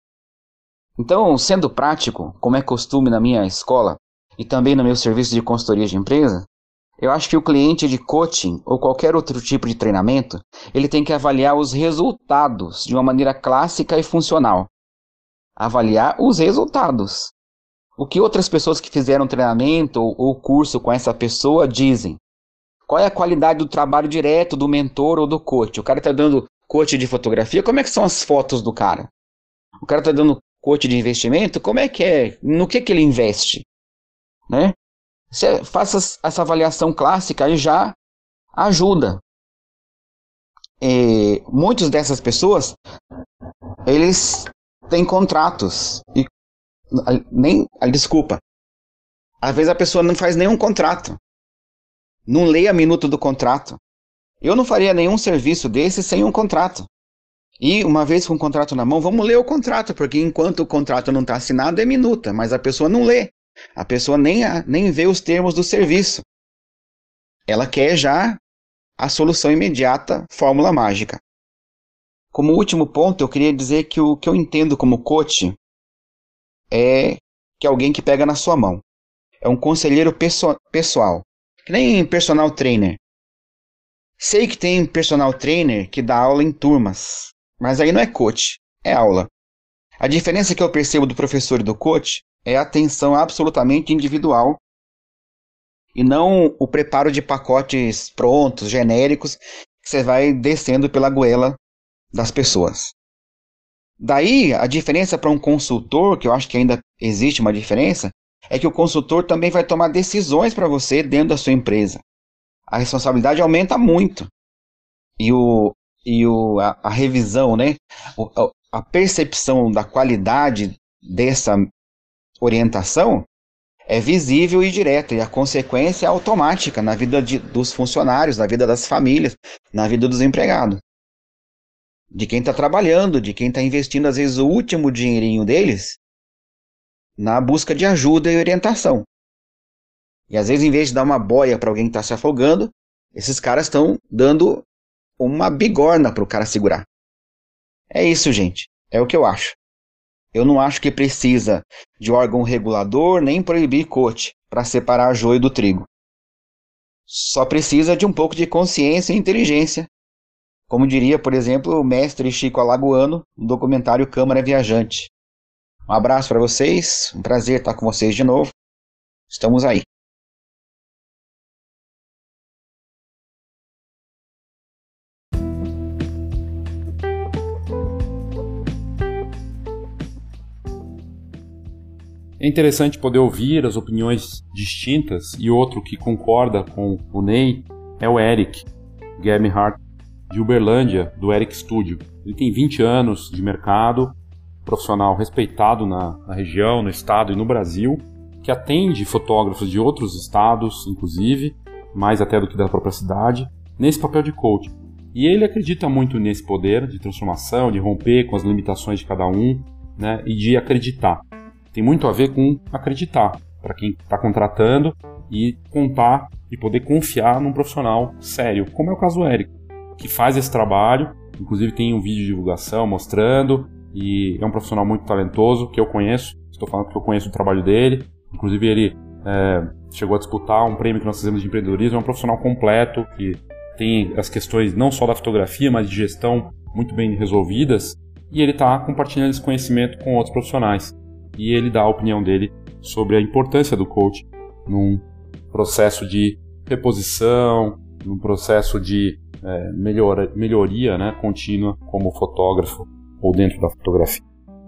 Então, sendo prático, como é costume na minha escola e também no meu serviço de consultoria de empresa, eu acho que o cliente de coaching ou qualquer outro tipo de treinamento, ele tem que avaliar os resultados de uma maneira clássica e funcional. Avaliar os resultados. O que outras pessoas que fizeram treinamento ou curso com essa pessoa dizem? Qual é a qualidade do trabalho direto do mentor ou do coach? O cara está dando coach de fotografia, como é que são as fotos do cara? O cara está dando coach de investimento, como é que é? No que ele investe? Né? Você faça essa avaliação clássica e já ajuda. Muitas dessas pessoas, eles têm contratos. Desculpa. Às vezes a pessoa não faz nenhum contrato. Não lê a minuta do contrato. Eu não faria nenhum serviço desse sem um contrato. E uma vez com o contrato na mão, vamos ler o contrato, porque enquanto o contrato não está assinado é minuta, mas a pessoa não lê. A pessoa nem vê os termos do serviço. Ela quer já a solução imediata, fórmula mágica. Como último ponto, eu queria dizer que o que eu entendo como coach é que é alguém que pega na sua mão. É um conselheiro pessoal, que nem personal trainer. Sei que tem personal trainer que dá aula em turmas, mas aí não é coach, é aula. A diferença que eu percebo do professor e do coach é a atenção absolutamente individual e não o preparo de pacotes prontos, genéricos, que você vai descendo pela goela das pessoas. Daí, a diferença para um consultor, que eu acho que ainda existe uma diferença, é que o consultor também vai tomar decisões para você dentro da sua empresa. A responsabilidade aumenta muito. E a revisão, né? A percepção da qualidade dessa orientação é visível e direta, e a consequência é automática na vida dos funcionários, na vida das famílias, na vida dos empregados. De quem está trabalhando, de quem está investindo, às vezes, o último dinheirinho deles na busca de ajuda e orientação. E às vezes, em vez de dar uma boia para alguém que está se afogando, esses caras estão dando uma bigorna para o cara segurar. É isso, gente. É o que eu acho. Eu não acho que precisa de órgão regulador nem proibir coach para separar joio do trigo. Só precisa de um pouco de consciência e inteligência. Como diria, por exemplo, o mestre Chico Alagoano no documentário Câmara Viajante. Um abraço para vocês, um prazer estar com vocês de novo. Estamos aí. É interessante poder ouvir as opiniões distintas, e outro que concorda com o Ney é o Eric Gemhardt, de Uberlândia, do Eric Studio. Ele tem 20 anos de mercado, profissional respeitado na região, no estado e no Brasil, que atende fotógrafos de outros estados, inclusive, mais até do que da própria cidade, nesse papel de coach. E ele acredita muito nesse poder de transformação, de romper com as limitações de cada um, né, e de acreditar. Tem muito a ver com acreditar, para quem está contratando, e contar e poder confiar num profissional sério, como é o caso do Eric, que faz esse trabalho, inclusive tem um vídeo de divulgação mostrando, e é um profissional muito talentoso, que eu conheço, estou falando porque eu conheço o trabalho dele, inclusive ele chegou a disputar um prêmio que nós fizemos de empreendedorismo, é um profissional completo, que tem as questões não só da fotografia, mas de gestão muito bem resolvidas, e ele está compartilhando esse conhecimento com outros profissionais. E ele dá a opinião dele sobre a importância do coach num processo de reposição, num processo de melhoria, né, contínua como fotógrafo ou dentro da fotografia.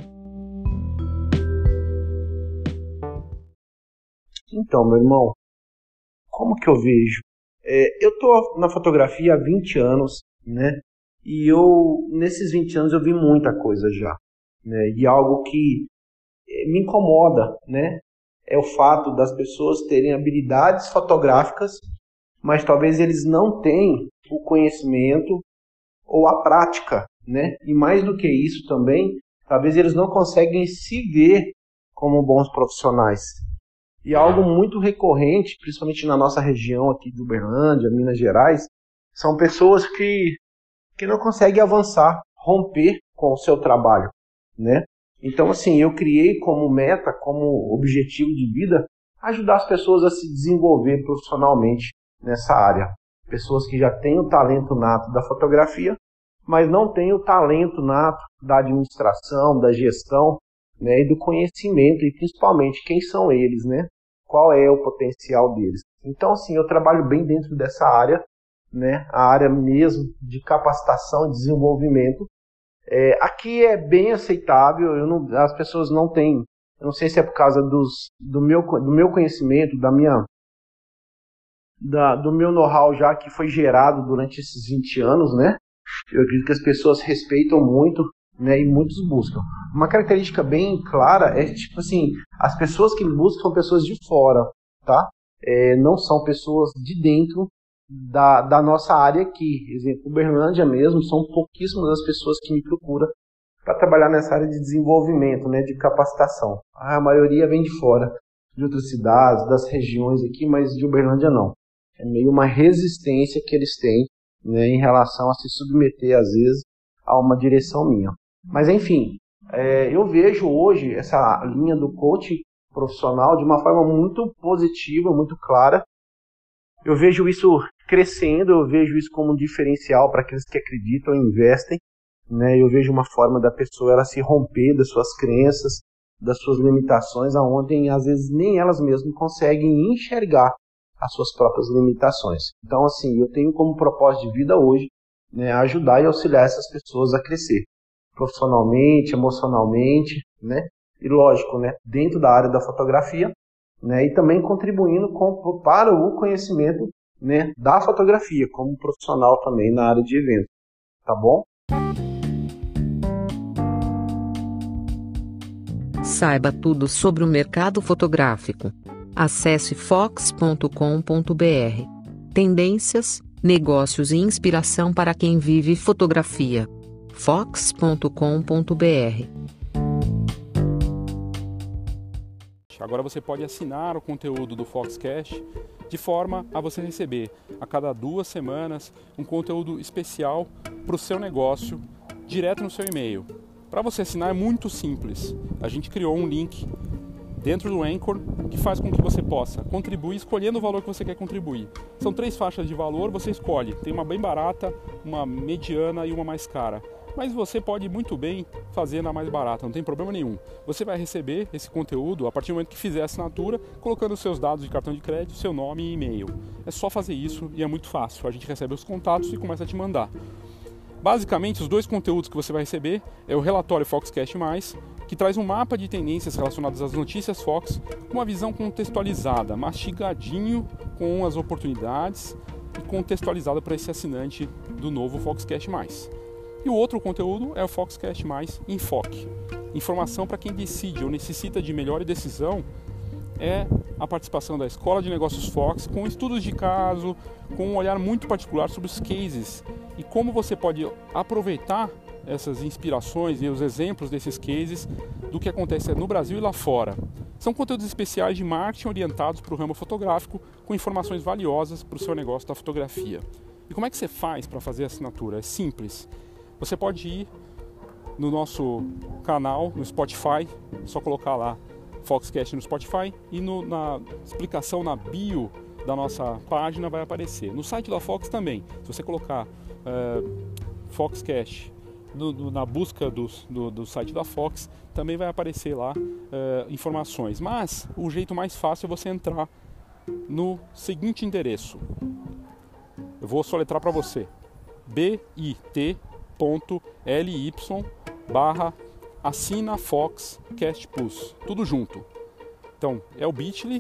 Então, meu irmão, como que eu vejo? Eu estou na fotografia há 20 anos, né? E nesses 20 anos eu vi muita coisa já, né? E algo que me incomoda, né? É o fato das pessoas terem habilidades fotográficas, mas talvez eles não tenham o conhecimento ou a prática, né? E mais do que isso também, talvez eles não conseguem se ver como bons profissionais. E algo muito recorrente, principalmente na nossa região aqui de Uberlândia, Minas Gerais, são pessoas que não conseguem avançar, romper com o seu trabalho, né? Então, assim, eu criei como meta, como objetivo de vida, ajudar as pessoas a se desenvolver profissionalmente nessa área. Pessoas que já têm o talento nato da fotografia, mas não têm o talento nato da administração, da gestão, né, e do conhecimento, e principalmente quem são eles, né? Qual é o potencial deles. Então, assim, eu trabalho bem dentro dessa área, né, a área mesmo de capacitação e desenvolvimento. Aqui é bem aceitável, as pessoas não têm, eu não sei se é por causa do meu conhecimento, do meu know-how já que foi gerado durante esses 20 anos, né? Eu acredito que as pessoas respeitam muito, né, e muitos buscam. Uma característica bem clara é, tipo assim, as pessoas que me buscam são pessoas de fora, tá? Não são pessoas de dentro da nossa área aqui. Exemplo, Uberlândia mesmo, são pouquíssimas as pessoas que me procuram para trabalhar nessa área de desenvolvimento, né, de capacitação. A maioria vem de fora, de outras cidades, das regiões aqui, mas de Uberlândia não. É meio uma resistência que eles têm, né, em relação a se submeter, às vezes, a uma direção minha. Mas, enfim, eu vejo hoje essa linha do coaching profissional de uma forma muito positiva, muito clara. Eu vejo isso crescendo, eu vejo isso como um diferencial para aqueles que acreditam e investem, né? Eu vejo uma forma da pessoa ela se romper das suas crenças, das suas limitações, aonde às vezes nem elas mesmas conseguem enxergar as suas próprias limitações. Então, assim, eu tenho como propósito de vida hoje, né, ajudar e auxiliar essas pessoas a crescer profissionalmente, emocionalmente, né? E lógico, né, dentro da área da fotografia, né, e também contribuindo para o conhecimento, né, da fotografia como profissional também na área de evento, tá bom? Saiba tudo sobre o mercado fotográfico. Acesse fox.com.br. Tendências, negócios e inspiração para quem vive fotografia. fox.com.br. Agora você pode assinar o conteúdo do Foxcast de forma a você receber a cada 2 semanas um conteúdo especial para o seu negócio direto no seu e-mail. Para você assinar é muito simples. A gente criou um link dentro do Anchor que faz com que você possa contribuir escolhendo o valor que você quer contribuir. São 3 faixas de valor, você escolhe. Tem uma bem barata, uma mediana e uma mais cara. Mas você pode muito bem fazer na mais barata, não tem problema nenhum. Você vai receber esse conteúdo a partir do momento que fizer a assinatura, colocando os seus dados de cartão de crédito, seu nome e e-mail. É só fazer isso e é muito fácil. A gente recebe os contatos e começa a te mandar. Basicamente, os 2 conteúdos que você vai receber é o relatório Foxcast+, que traz um mapa de tendências relacionadas às notícias Fox com uma visão contextualizada, mastigadinho com as oportunidades e contextualizada para esse assinante do novo Foxcast+. E o outro conteúdo é o Foxcast+ Enfoque. Informação para quem decide ou necessita de melhor decisão é a participação da Escola de Negócios Fox com estudos de caso, com um olhar muito particular sobre os cases e como você pode aproveitar essas inspirações e os exemplos desses cases do que acontece no Brasil e lá fora. São conteúdos especiais de marketing orientados para o ramo fotográfico com informações valiosas para o seu negócio da fotografia. E como é que você faz para fazer a assinatura? É simples. Você pode ir no nosso canal, no Spotify, é só colocar lá Foxcast no Spotify e na explicação na bio da nossa página vai aparecer. No site da Fox também, se você colocar Foxcast na busca do site da Fox, também vai aparecer lá informações. Mas o jeito mais fácil é você entrar no seguinte endereço. Eu vou soletrar para você. bit.ly/assina Foxcast Plus. Tudo junto. Então, é o bit.ly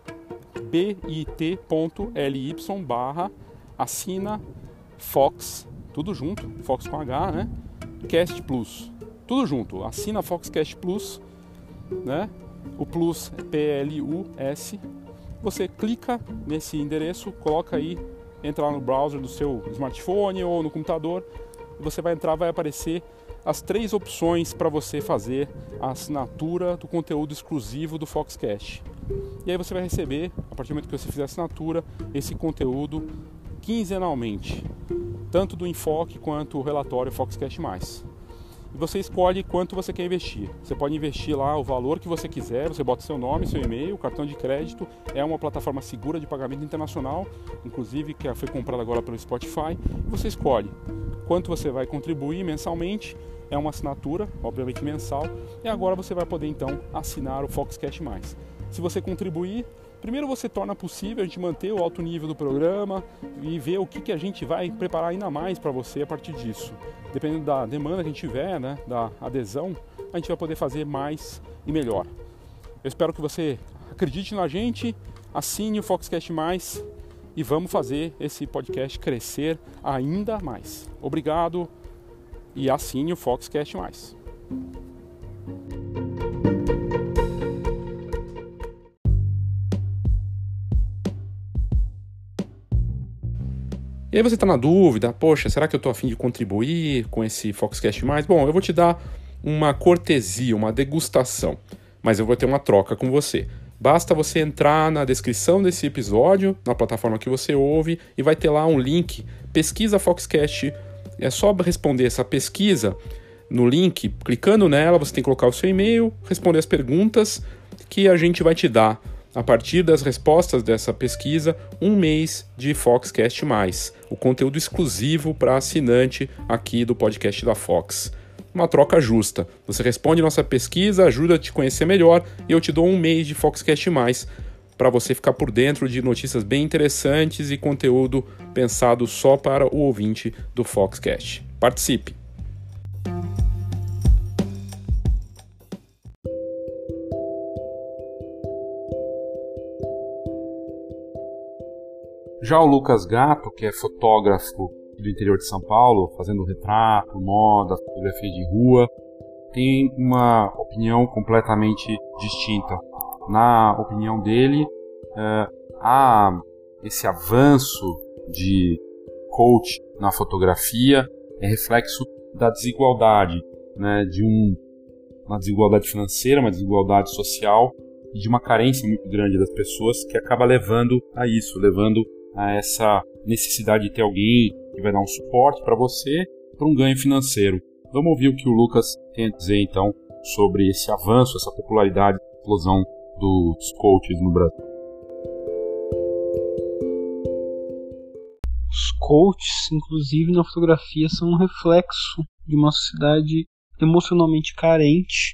bit.ly/assina Fox, tudo junto, Fox com H, né? Cast Plus, tudo junto, assina Foxcast Plus, né? O Plus é PLUS. Você clica nesse endereço, coloca aí, entra lá no browser do seu smartphone ou no computador, e você vai entrar, vai aparecer as 3 opções para você fazer a assinatura do conteúdo exclusivo do Foxcast. E aí você vai receber, a partir do momento que você fizer a assinatura, esse conteúdo quinzenalmente, tanto do enfoque quanto o relatório Foxcast+. E você escolhe quanto você quer investir. Você pode investir lá o valor que você quiser, você bota seu nome, seu e-mail, cartão de crédito. É uma plataforma segura de pagamento internacional, inclusive que foi comprada agora pelo Spotify. E você escolhe quanto você vai contribuir mensalmente. É uma assinatura, obviamente mensal. E agora você vai poder então assinar o Foxcast+. Se você contribuir, primeiro você torna possível a gente manter o alto nível do programa e ver o que a gente vai preparar ainda mais para você a partir disso. Dependendo da demanda que a gente tiver, né, da adesão, a gente vai poder fazer mais e melhor. Eu espero que você acredite na gente, assine o Foxcast+, e vamos fazer esse podcast crescer ainda mais. Obrigado e assine o Foxcast+. E aí você está na dúvida, poxa, será que eu estou a fim de contribuir com esse Foxcast+? Bom, eu vou te dar uma cortesia, uma degustação, mas eu vou ter uma troca com você. Basta você entrar na descrição desse episódio, na plataforma que você ouve, e vai ter lá um link, pesquisa Foxcast. É só responder essa pesquisa no link, clicando nela, você tem que colocar o seu e-mail, responder as perguntas que a gente vai te dar. A partir das respostas dessa pesquisa, 1 mês de Foxcast+, o conteúdo exclusivo para assinante aqui do podcast da Fox. Uma troca justa. Você responde nossa pesquisa, ajuda a te conhecer melhor e eu te dou 1 mês de Foxcast+, para você ficar por dentro de notícias bem interessantes e conteúdo pensado só para o ouvinte do Foxcast. Participe! Já o Lucas Gatto, que é fotógrafo do interior de São Paulo, fazendo retrato, moda, fotografia de rua, tem uma opinião completamente distinta. Na opinião dele, esse avanço de coach na fotografia é reflexo da desigualdade, né, de uma desigualdade financeira, uma desigualdade social e de uma carência muito grande das pessoas que acaba levando a isso, levando a essa necessidade de ter alguém que vai dar um suporte para você, para um ganho financeiro. Vamos ouvir o que o Lucas tem a dizer então sobre esse avanço, essa popularidade, explosão dos coaches no Brasil. Os coaches, inclusive na fotografia, são um reflexo de uma sociedade emocionalmente carente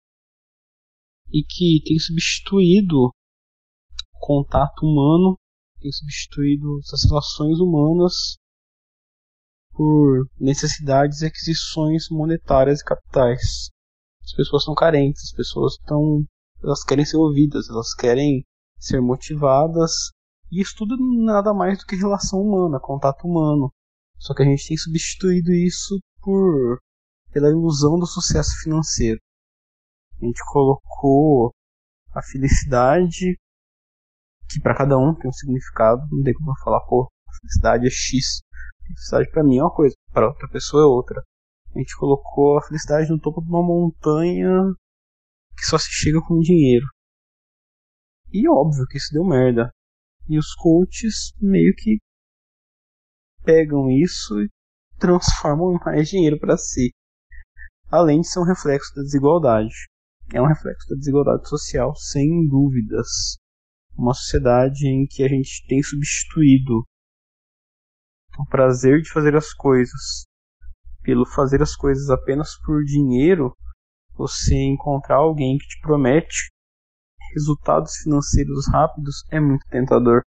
e que tem substituído o contato humano, tem substituído essas relações humanas por necessidades e aquisições monetárias e capitais. As pessoas estão carentes, elas querem ser ouvidas, elas querem ser motivadas, e isso tudo nada mais do que relação humana, contato humano. Só que a gente tem substituído isso pela ilusão do sucesso financeiro. A gente colocou a felicidade, que para cada um tem um significado, não tem como eu falar, a felicidade é X. A felicidade para mim é uma coisa, para outra pessoa é outra. A gente colocou a felicidade no topo de uma montanha que só se chega com dinheiro. E óbvio que isso deu merda. E os coaches meio que pegam isso e transformam em mais dinheiro para si. Além de ser um reflexo da desigualdade. É um reflexo da desigualdade social, sem dúvidas. Uma sociedade em que a gente tem substituído o prazer de fazer as coisas pelo fazer as coisas apenas por dinheiro. Você encontrar alguém que te promete resultados financeiros rápidos é muito tentador.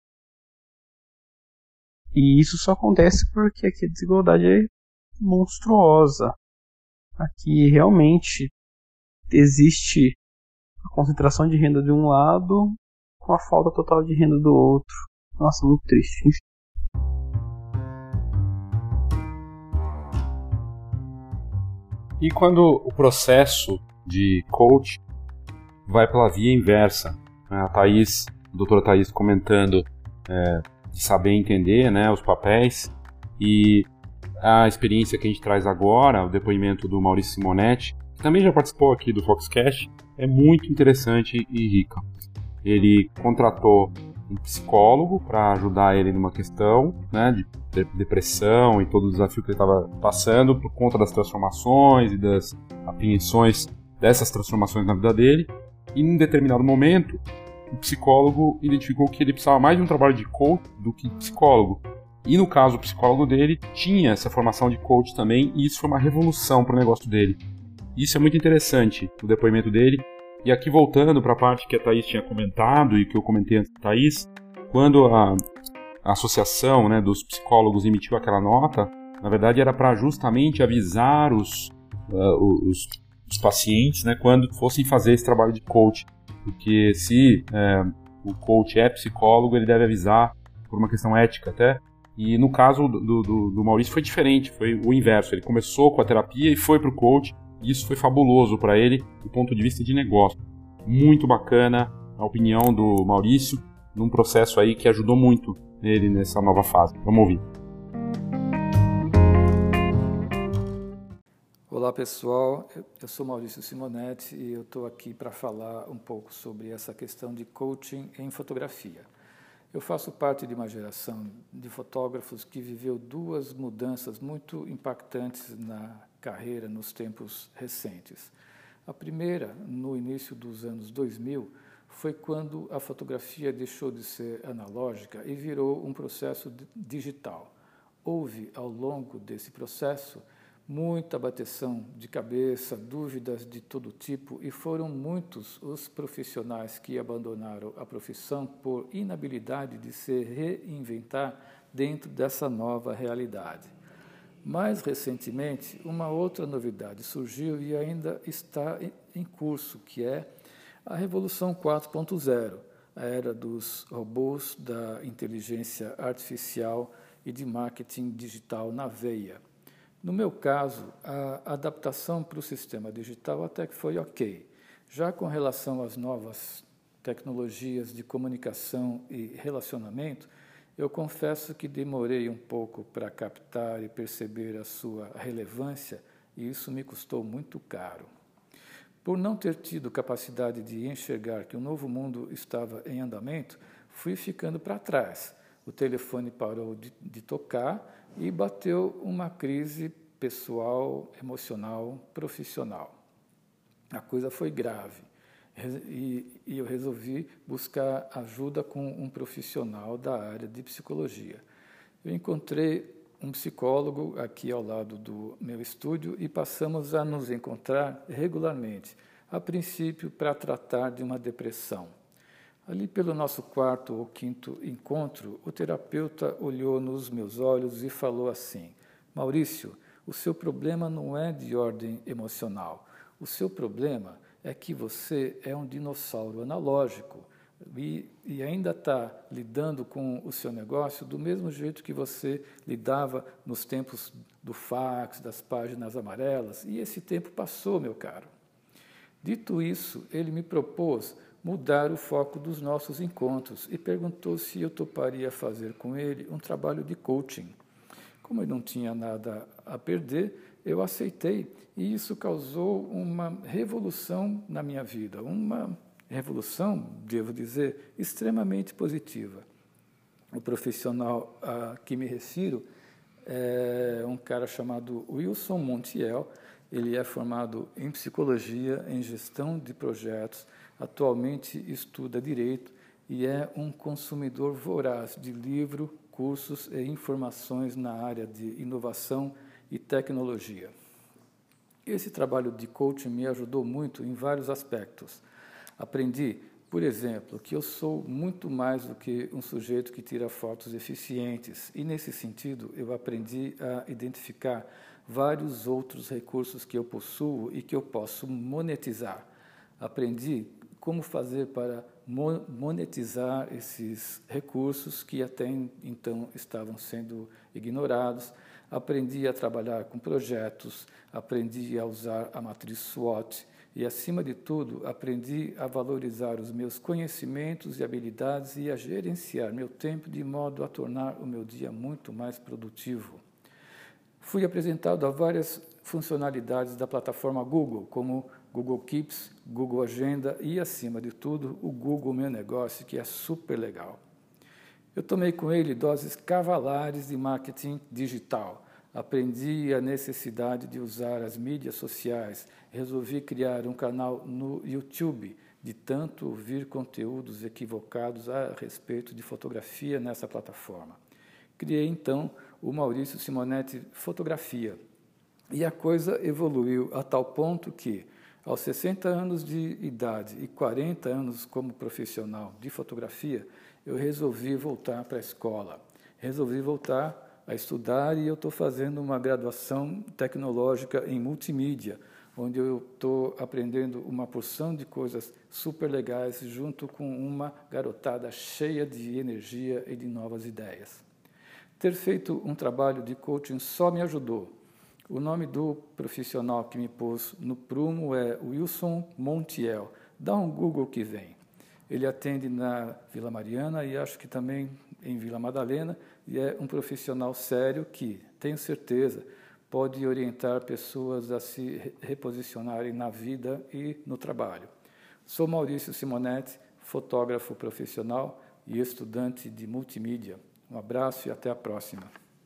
E isso só acontece porque aqui a desigualdade é monstruosa. Aqui realmente existe a concentração de renda de um lado com a falta total de renda do outro. Nossa, muito triste. E quando o processo de coach vai pela via inversa, né? A doutora Thaís comentando de saber entender, né, os papéis, e a experiência que a gente traz agora, o depoimento do Maurício Simonetti, que também já participou aqui do Foxcast, é muito interessante e rica. Ele contratou um psicólogo para ajudar ele numa questão, né, de depressão e todo o desafio que ele estava passando por conta das transformações e das apreensões dessas transformações na vida dele. E em determinado momento, o psicólogo identificou que ele precisava mais de um trabalho de coach do que de psicólogo. E no caso, o psicólogo dele tinha essa formação de coach também, e isso foi uma revolução para o negócio dele. Isso é muito interessante, o depoimento dele. E aqui voltando para a parte que a Thaís tinha comentado e que eu comentei antes da Thaís, quando a associação, né, dos psicólogos emitiu aquela nota, na verdade era para justamente avisar os pacientes, né, quando fossem fazer esse trabalho de coach. Porque se o coach é psicólogo, ele deve avisar por uma questão ética até. E no caso do Maurício foi diferente, foi o inverso. Ele começou com a terapia e foi para o coach. E isso foi fabuloso para ele do ponto de vista de negócio. Muito bacana a opinião do Maurício num processo aí que ajudou muito ele nessa nova fase. Vamos ouvir. Olá pessoal, eu sou Maurício Simonetti e eu estou aqui para falar um pouco sobre essa questão de coaching em fotografia. Eu faço parte de uma geração de fotógrafos que viveu duas mudanças muito impactantes na carreira nos tempos recentes. A primeira, no início dos anos 2000, foi quando a fotografia deixou de ser analógica e virou um processo digital. Houve, ao longo desse processo, muita bateção de cabeça, dúvidas de todo tipo, e foram muitos os profissionais que abandonaram a profissão por inabilidade de se reinventar dentro dessa nova realidade. Mais recentemente, uma outra novidade surgiu e ainda está em curso, que é a Revolução 4.0, a era dos robôs, da inteligência artificial e de marketing digital na veia. No meu caso, a adaptação para o sistema digital até que foi ok. Já com relação às novas tecnologias de comunicação e relacionamento, eu confesso que demorei um pouco para captar e perceber a sua relevância, e isso me custou muito caro. Por não ter tido capacidade de enxergar que o novo mundo estava em andamento, fui ficando para trás. O telefone parou de tocar e bateu uma crise pessoal, emocional, profissional. A coisa foi grave e eu resolvi buscar ajuda com um profissional da área de psicologia. Eu encontrei um psicólogo aqui ao lado do meu estúdio e passamos a nos encontrar regularmente, a princípio para tratar de uma depressão. Ali pelo nosso quarto ou quinto encontro, o terapeuta olhou nos meus olhos e falou assim: Maurício, o seu problema não é de ordem emocional. O seu problema é que você é um dinossauro analógico e ainda está lidando com o seu negócio do mesmo jeito que você lidava nos tempos do fax, das páginas amarelas, e esse tempo passou, meu caro. Dito isso, ele me propôs mudar o foco dos nossos encontros e perguntou se eu toparia fazer com ele um trabalho de coaching. Como eu não tinha nada a perder, eu aceitei, e isso causou uma revolução na minha vida, uma revolução, devo dizer, extremamente positiva. O profissional a que me refiro é um cara chamado Wilson Montiel. Ele é formado em psicologia, em gestão de projetos, atualmente estuda direito e é um consumidor voraz de livros, cursos e informações na área de inovação e tecnologia. Esse trabalho de coaching me ajudou muito em vários aspectos. Aprendi, por exemplo, que eu sou muito mais do que um sujeito que tira fotos eficientes, e nesse sentido eu aprendi a identificar vários outros recursos que eu possuo e que eu posso monetizar. Aprendi como fazer para monetizar esses recursos que até então estavam sendo ignorados. Aprendi a trabalhar com projetos, aprendi a usar a matriz SWOT e, acima de tudo, aprendi a valorizar os meus conhecimentos e habilidades e a gerenciar meu tempo de modo a tornar o meu dia muito mais produtivo. Fui apresentado a várias funcionalidades da plataforma Google, como Google Keeps, Google Agenda e, acima de tudo, o Google Meu Negócio, que é super legal. Eu tomei com ele doses cavalares de marketing digital. Aprendi a necessidade de usar as mídias sociais. Resolvi criar um canal no YouTube, de tanto ouvir conteúdos equivocados a respeito de fotografia nessa plataforma. Criei, então, o Maurício Simonetti Fotografia. E a coisa evoluiu a tal ponto que, aos 60 anos de idade e 40 anos como profissional de fotografia, eu resolvi voltar para a escola. Resolvi voltar a estudar e eu estou fazendo uma graduação tecnológica em multimídia, onde eu estou aprendendo uma porção de coisas super legais junto com uma garotada cheia de energia e de novas ideias. Ter feito um trabalho de coaching só me ajudou. O nome do profissional que me pôs no prumo é Wilson Montiel. Dá um Google que vem. Ele atende na Vila Mariana e acho que também em Vila Madalena, e é um profissional sério que, tenho certeza, pode orientar pessoas a se reposicionarem na vida e no trabalho. Sou Maurício Simonetti, fotógrafo profissional e estudante de multimídia. Um abraço e até a próxima.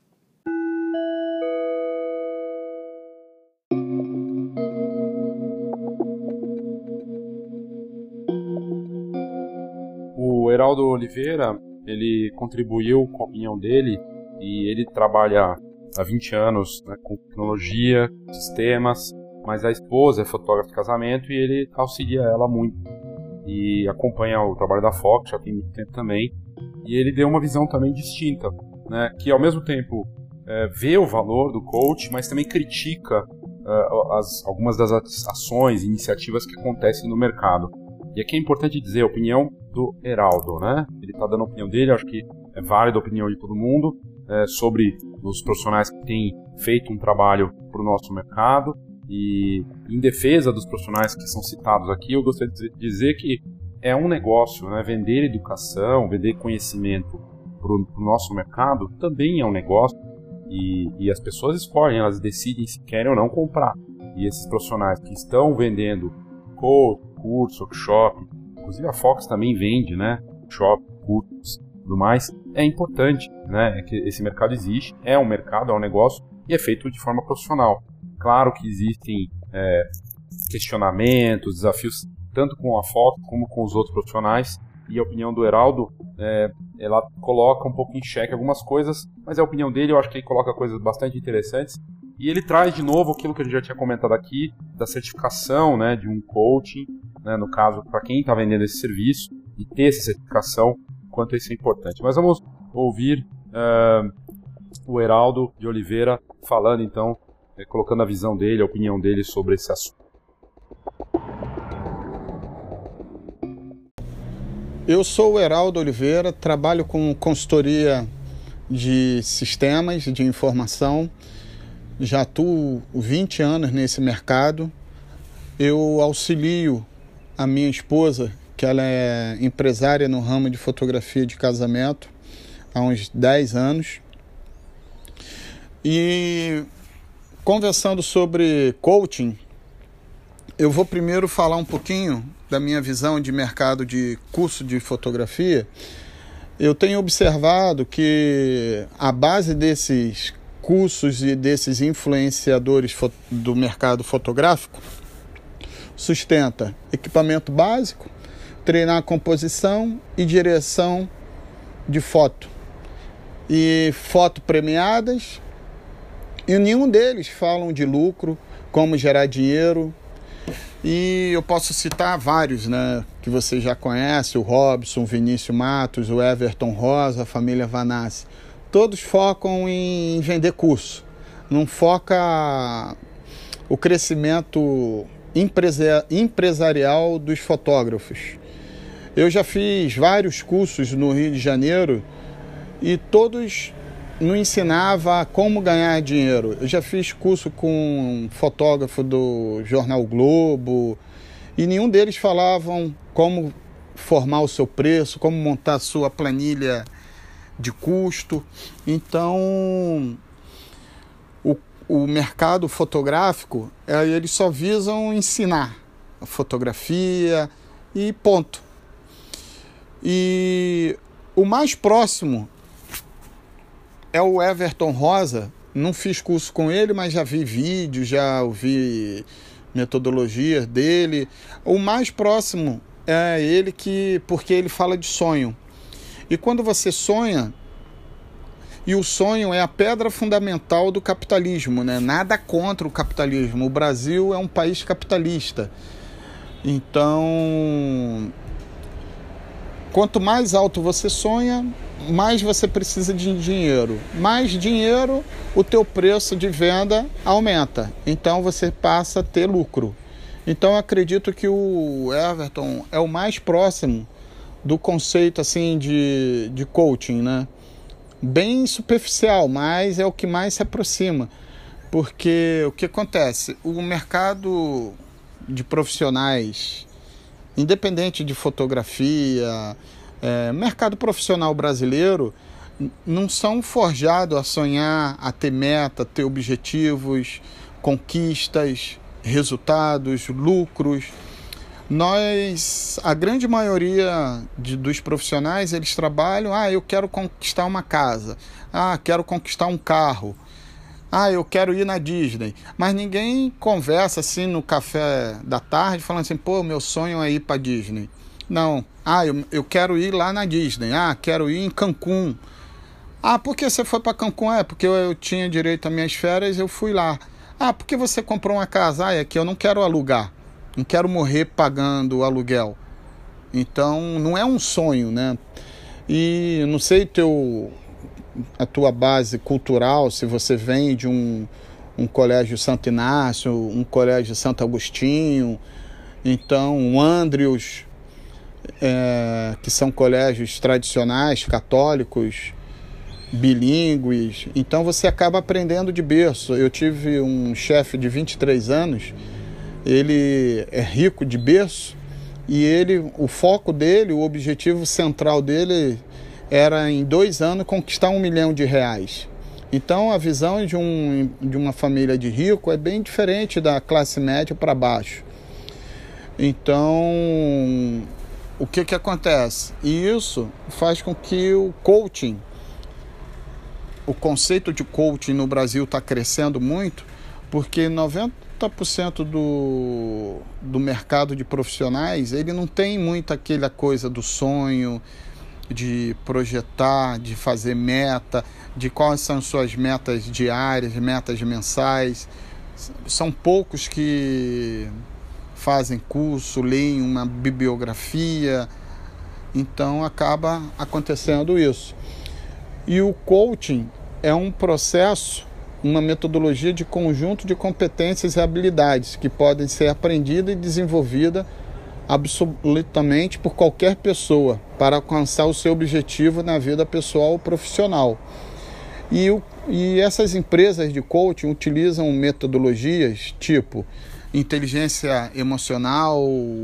O Heraldo Oliveira, ele contribuiu com a opinião dele e ele trabalha há 20 anos, né, com tecnologia, sistemas, mas a esposa é fotógrafa de casamento e ele auxilia ela muito e acompanha o trabalho da Fox, já tem muito tempo também, e ele deu uma visão também distinta, né, que ao mesmo tempo vê o valor do coach, mas também critica algumas das ações e iniciativas que acontecem no mercado. E aqui é importante dizer a opinião do Heraldo, né? Ele está dando a opinião dele, acho que é válida a opinião de todo mundo, sobre os profissionais que têm feito um trabalho para o nosso mercado. E em defesa dos profissionais que são citados aqui, eu gostaria de dizer que é um negócio, né? Vender educação, vender conhecimento para o nosso mercado também é um negócio. E as pessoas escolhem, elas decidem se querem ou não comprar. E esses profissionais que estão vendendo curso, workshop, inclusive a Fox também vende, né, workshop, cursos e tudo mais, é importante, né, que esse mercado existe, é um mercado, é um negócio e é feito de forma profissional. Claro que existem questionamentos, desafios, tanto com a Fox como com os outros profissionais, e a opinião do Heraldo, ela coloca um pouco em xeque algumas coisas, mas a opinião dele, eu acho que ele coloca coisas bastante interessantes. E ele traz de novo aquilo que a gente já tinha comentado aqui, da certificação, né, de um coaching, né, no caso, para quem está vendendo esse serviço, e ter essa certificação, quanto isso é importante. Mas vamos ouvir o Heraldo de Oliveira falando, então, colocando a visão dele, a opinião dele sobre esse assunto. Eu sou o Heraldo Oliveira, trabalho com consultoria de sistemas de informação, já atuo 20 anos nesse mercado. Eu auxilio a minha esposa, que ela é empresária no ramo de fotografia de casamento, há uns 10 anos. E conversando sobre coaching, eu vou primeiro falar um pouquinho da minha visão de mercado de curso de fotografia. Eu tenho observado que a base desses cursos e desses influenciadores do mercado fotográfico sustenta equipamento básico, treinar composição e direção de foto. E foto premiadas, e nenhum deles falam de lucro, como gerar dinheiro. E eu posso citar vários, né, que você já conhece, o Robson, o Vinícius Matos, o Everton Rosa, a família Vanassi. Todos focam em vender curso, não foca o crescimento empresarial dos fotógrafos. Eu já fiz vários cursos no Rio de Janeiro e todos não ensinava como ganhar dinheiro. Eu já fiz curso com um fotógrafo do Jornal Globo e nenhum deles falavam como formar o seu preço, como montar a sua planilha de custo. Então, o mercado fotográfico, eles só visam ensinar a fotografia e ponto. E o mais próximo é o Everton Rosa. Não fiz curso com ele, mas já vi vídeos, já ouvi metodologias dele. O mais próximo é ele, porque ele fala de sonho. E quando você sonha, e o sonho é a pedra fundamental do capitalismo, né? Nada contra o capitalismo. O Brasil é um país capitalista. Então, quanto mais alto você sonha, mais você precisa de dinheiro. Mais dinheiro, o teu preço de venda aumenta. Então você passa a ter lucro. Então eu acredito que o Everton é o mais próximo do conceito assim de coaching, né? Bem superficial, mas é o que mais se aproxima. Porque o que acontece? O mercado de profissionais, independente de fotografia, mercado profissional brasileiro, não são forjados a sonhar, a ter meta, ter objetivos, conquistas, resultados, lucros. A grande maioria dos profissionais, eles trabalham, eu quero conquistar uma casa, quero conquistar um carro, eu quero ir na Disney. Mas ninguém conversa assim no café da tarde, falando assim, meu sonho é ir para Disney. Não, eu quero ir lá na Disney, quero ir em Cancún. Por que você foi para Cancún? Porque eu tinha direito às minhas férias, eu fui lá. Por que você comprou uma casa? É que eu não quero alugar. Não quero morrer pagando o aluguel. Então, não é um sonho, né? E não sei a tua base cultural, se você vem de um colégio Santo Inácio, um colégio Santo Agostinho, então um Andrews, que são colégios tradicionais, católicos, bilíngues. Então você acaba aprendendo de berço. Eu tive um chefe de 23 anos, ele é rico de berço, e o foco dele, o objetivo central dele era em 2 anos conquistar R$1 milhão. Então a visão de uma família de rico é bem diferente da classe média para baixo. Então o que acontece? E isso faz com que o coaching, o conceito de coaching no Brasil está crescendo muito, porque 90% do mercado de profissionais, ele não tem muito aquela coisa do sonho, de projetar, de fazer meta, de quais são suas metas diárias, metas mensais. São poucos que fazem curso, leem uma bibliografia, então acaba acontecendo isso. E o coaching é um processo, uma metodologia de conjunto de competências e habilidades que podem ser aprendidas e desenvolvidas absolutamente por qualquer pessoa para alcançar o seu objetivo na vida pessoal ou profissional. E essas empresas de coaching utilizam metodologias tipo inteligência emocional,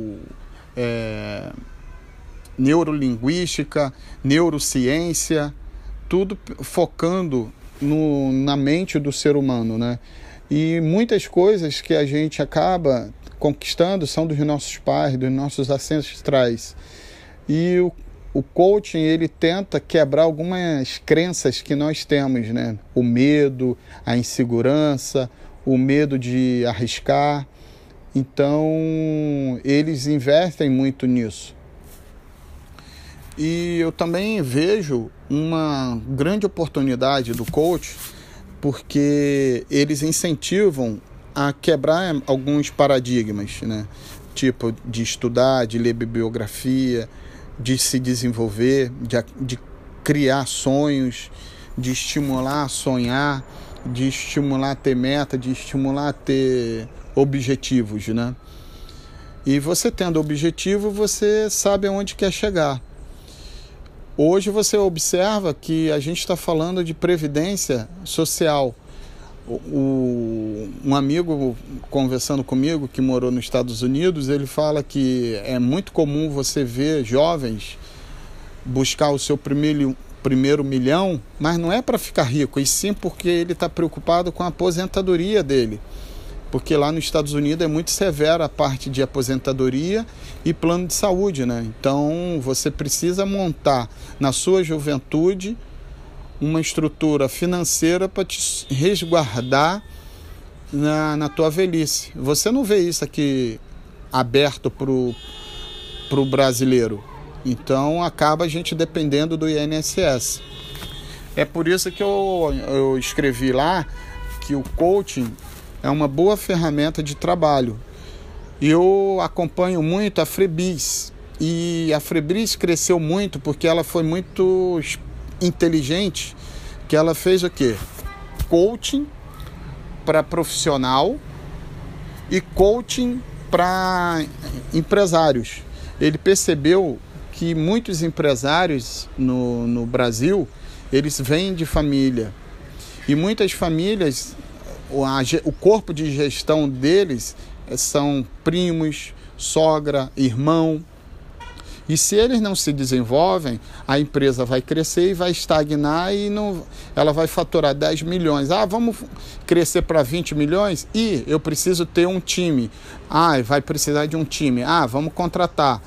neurolinguística, neurociência, tudo focando na mente do ser humano, né? E muitas coisas que a gente acaba conquistando são dos nossos pais, dos nossos ancestrais. E o coaching, ele tenta quebrar algumas crenças que nós temos, né? O medo, a insegurança, o medo de arriscar. Então, eles investem muito nisso. E eu também vejo uma grande oportunidade do coach, porque eles incentivam a quebrar alguns paradigmas, né? Tipo de estudar, de ler bibliografia, de se desenvolver, de criar sonhos, de estimular a sonhar, de estimular a ter meta, de estimular a ter objetivos, né? E você tendo objetivo, você sabe aonde quer chegar. Hoje você observa que a gente está falando de previdência social. Um amigo conversando comigo que morou nos Estados Unidos, ele fala que é muito comum você ver jovens buscar o seu primeiro milhão, mas não é para ficar rico, e sim porque ele está preocupado com a aposentadoria dele. Porque lá nos Estados Unidos é muito severa a parte de aposentadoria e plano de saúde, né? Então você precisa montar na sua juventude uma estrutura financeira para te resguardar na tua velhice. Você não vê isso aqui aberto para o brasileiro. Então acaba a gente dependendo do INSS. É por isso que eu escrevi lá que o coaching é uma boa ferramenta de trabalho. Eu acompanho muito a Frebris. E a Frebris cresceu muito porque ela foi muito inteligente, que ela fez o quê? Coaching para profissional e coaching para empresários. Ele percebeu que muitos empresários no Brasil, eles vêm de família. E muitas famílias, o corpo de gestão deles são primos, sogra, irmão. E se eles não se desenvolvem, a empresa vai crescer e vai estagnar e ela vai faturar 10 milhões. Vamos crescer para 20 milhões? Eu preciso ter um time. Vai precisar de um time. Vamos contratar.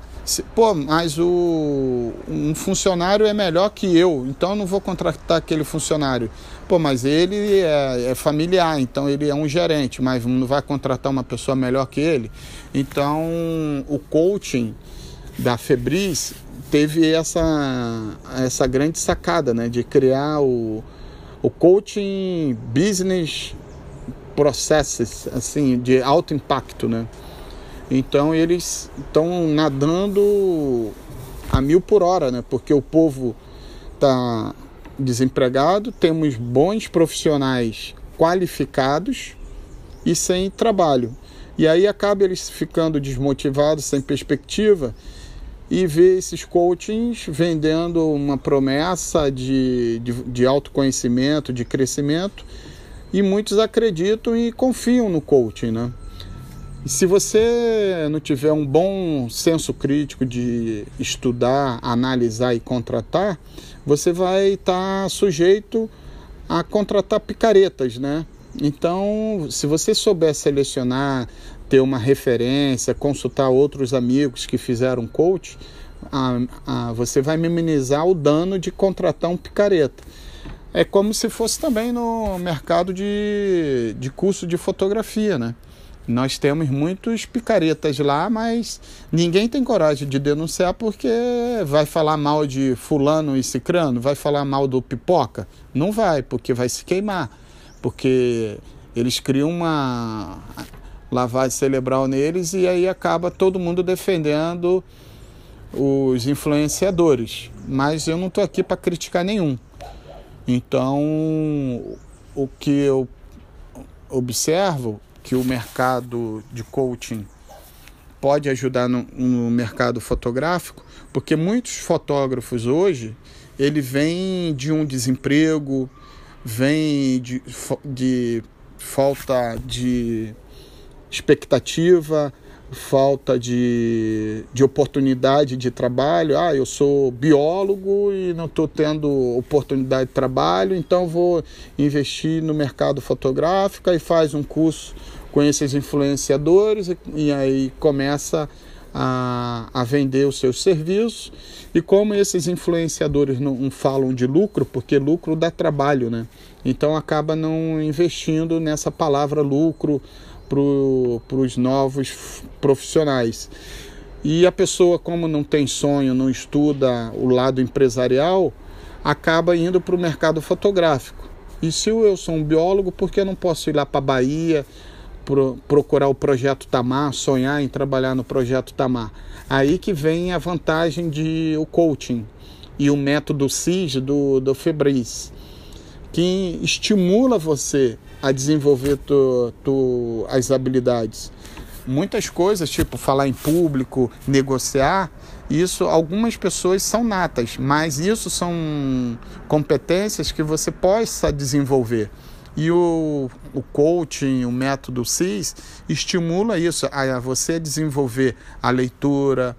Mas um funcionário é melhor que eu, então eu não vou contratar aquele funcionário. Mas ele é familiar, então ele é um gerente, mas não vai contratar uma pessoa melhor que ele. Então, o coaching da Febris teve essa grande sacada, né, de criar o coaching business processes, assim, de alto impacto, né? Então eles estão nadando a 1000 por hora, né? Porque o povo está desempregado, temos bons profissionais qualificados e sem trabalho. E aí acaba eles ficando desmotivados, sem perspectiva, e vê esses coachings vendendo uma promessa de autoconhecimento, de crescimento, e muitos acreditam e confiam no coaching, né? E se você não tiver um bom senso crítico de estudar, analisar e contratar, você vai estar sujeito a contratar picaretas, né? Então, se você souber selecionar, ter uma referência, consultar outros amigos que fizeram coach, você vai minimizar o dano de contratar um picareta. É como se fosse também no mercado de curso de fotografia, né? Nós temos muitos picaretas lá, mas ninguém tem coragem de denunciar porque vai falar mal de fulano e cicrano, vai falar mal do pipoca? Não vai, porque vai se queimar. Porque eles criam uma lavagem cerebral neles e aí acaba todo mundo defendendo os influenciadores. Mas eu não estou aqui para criticar nenhum. Então, o que eu observo que o mercado de coaching pode ajudar no mercado fotográfico, porque muitos fotógrafos hoje, ele vem de um desemprego, vem de falta de expectativa, falta de oportunidade de trabalho. Eu sou biólogo e não estou tendo oportunidade de trabalho, então vou investir no mercado fotográfico, e faz um curso com esses influenciadores e aí começa a vender os seus serviços. E como esses influenciadores não falam de lucro, porque lucro dá trabalho, né? Então acaba não investindo nessa palavra lucro para os novos profissionais. E a pessoa, como não tem sonho, não estuda o lado empresarial, acaba indo para o mercado fotográfico. E se eu sou um biólogo, por que eu não posso ir lá para a Bahia, procurar o Projeto Tamar, sonhar em trabalhar no Projeto Tamar? Aí que vem a vantagem de o coaching e o método CIS do Febris, que estimula você a desenvolver as habilidades. Muitas coisas, tipo falar em público, negociar, isso algumas pessoas são natas, mas isso são competências que você possa desenvolver. E o coaching, o método CIS, estimula isso, a você desenvolver a leitura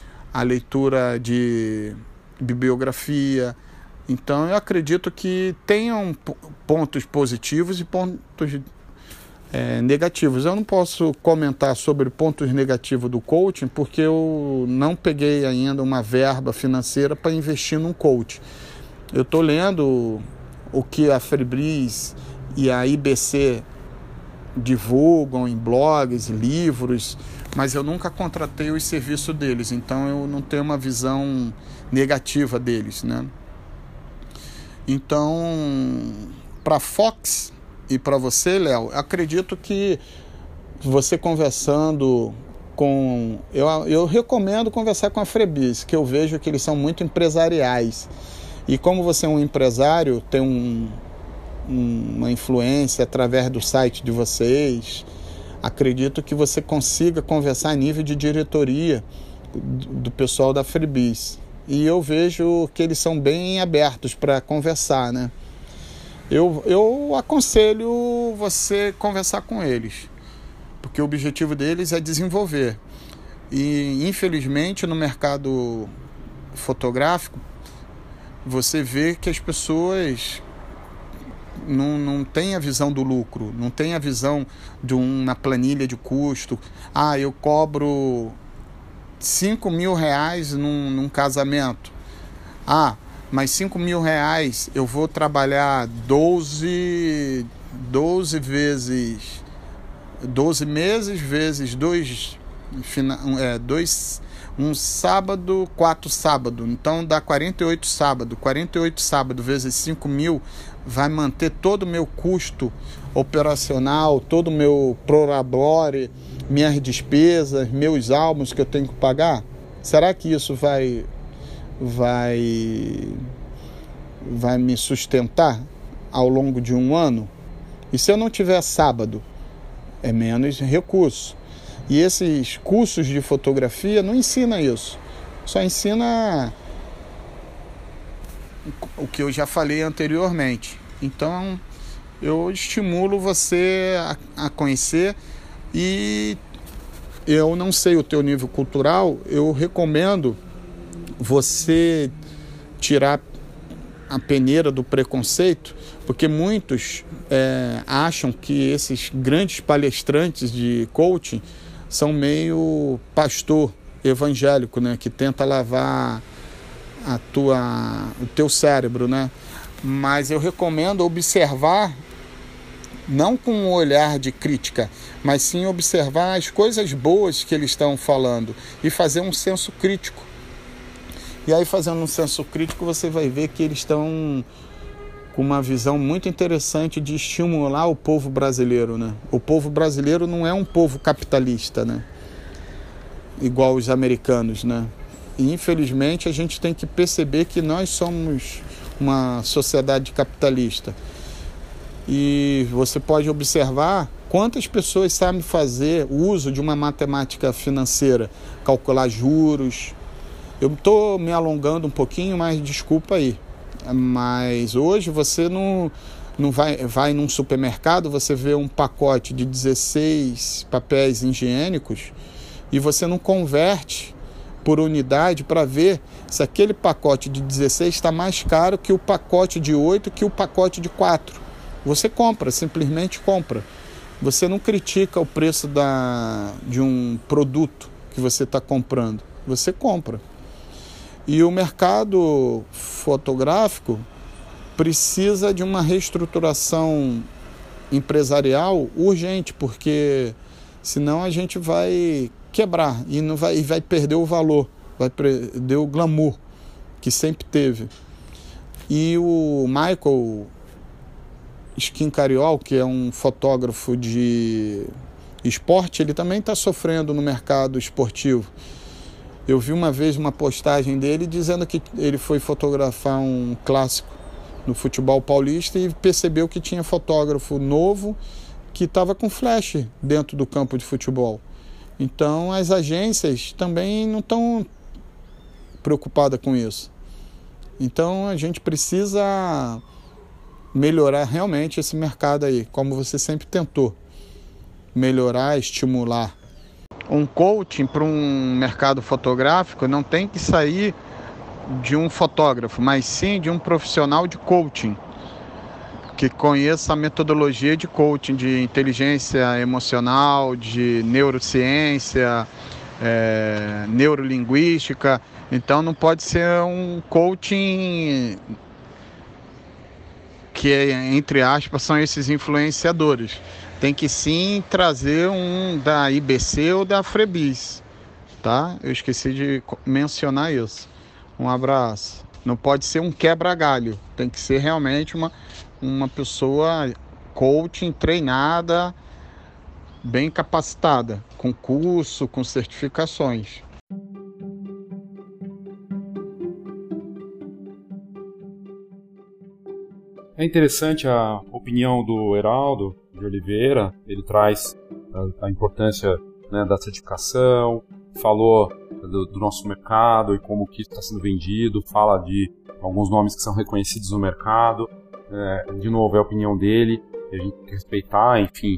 de bibliografia. Então, eu acredito que tenham pontos positivos e pontos negativos. Eu não posso comentar sobre pontos negativos do coaching, porque eu não peguei ainda uma verba financeira para investir num coach. Eu estou lendo o que a Febris e a IBC divulgam em blogs, livros, mas eu nunca contratei os serviços deles, então eu não tenho uma visão negativa deles, né? Então, para Fox e para você, Léo, acredito que você conversando com... Eu recomendo conversar com a Febris, que eu vejo que eles são muito empresariais. E como você é um empresário, tem uma influência através do site de vocês, acredito que você consiga conversar a nível de diretoria do pessoal da Febris. E eu vejo que eles são bem abertos para conversar, né? Eu aconselho você conversar com eles, porque o objetivo deles é desenvolver. E, infelizmente, no mercado fotográfico, você vê que as pessoas não têm a visão do lucro, não têm a visão de uma planilha de custo. Eu cobro 5 mil reais num casamento. Mas 5 mil reais eu vou trabalhar 12 meses vezes 2, um sábado, 4 sábados. Então dá 48 sábados. 48 sábados vezes 5 mil vai manter todo o meu custo operacional, todo o meu prolabore, minhas despesas, meus álbuns que eu tenho que pagar? Será que isso vai me sustentar ao longo de um ano? E se eu não tiver sábado? É menos recurso. E esses cursos de fotografia não ensinam isso. Só ensina o que eu já falei anteriormente. Então, eu estimulo você a conhecer. E eu não sei o teu nível cultural, eu recomendo você tirar a peneira do preconceito, porque muitos acham que esses grandes palestrantes de coaching são meio pastor evangélico, né, que tenta lavar o teu cérebro, né? Mas eu recomendo observar, não com um olhar de crítica, mas sim observar as coisas boas que eles estão falando e fazer um senso crítico. E aí, fazendo um senso crítico, você vai ver que eles estão com uma visão muito interessante de estimular o povo brasileiro, né? O povo brasileiro não é um povo capitalista, né? Igual os americanos, né? E, infelizmente, a gente tem que perceber que nós somos uma sociedade capitalista. e você pode observar quantas pessoas sabem fazer uso de uma matemática financeira, calcular juros. Eu estou me alongando um pouquinho, mas desculpa aí. Mas hoje você não vai num supermercado, você vê um pacote de 16 papéis higiênicos e você não converte por unidade para ver se aquele pacote de 16 está mais caro que o pacote de 8, que o pacote de 4. Você compra, simplesmente compra. Você não critica o preço de um produto que você está comprando. Você compra. E o mercado fotográfico precisa de uma reestruturação empresarial urgente, porque senão a gente vai quebrar e vai perder o valor, vai perder o glamour que sempre teve. E o Michael Schincariol, que é um fotógrafo de esporte, ele também está sofrendo no mercado esportivo. Eu vi uma vez uma postagem dele dizendo que ele foi fotografar um clássico no futebol paulista e percebeu que tinha fotógrafo novo que estava com flash dentro do campo de futebol. Então as agências também não estão preocupadas com isso. Então a gente precisa melhorar realmente esse mercado aí, como você sempre tentou. Melhorar, estimular. Um coaching para um mercado fotográfico não tem que sair de um fotógrafo, mas sim de um profissional de coaching, que conheça a metodologia de coaching, de inteligência emocional, de neurociência, neurolinguística. Então não pode ser um coaching que, entre aspas, são esses influenciadores. Tem que sim trazer um da IBC ou da Frebis, tá? Eu esqueci de mencionar isso. Um abraço. Não pode ser um quebra-galho, tem que ser realmente uma pessoa coaching treinada, bem capacitada, com curso, com certificações. É interessante a opinião do Heraldo de Oliveira. Ele traz a importância, né, da certificação, falou do nosso mercado e como que isso está sendo vendido, fala de alguns nomes que são reconhecidos no mercado. De novo, é a opinião dele, a gente tem que respeitar, enfim.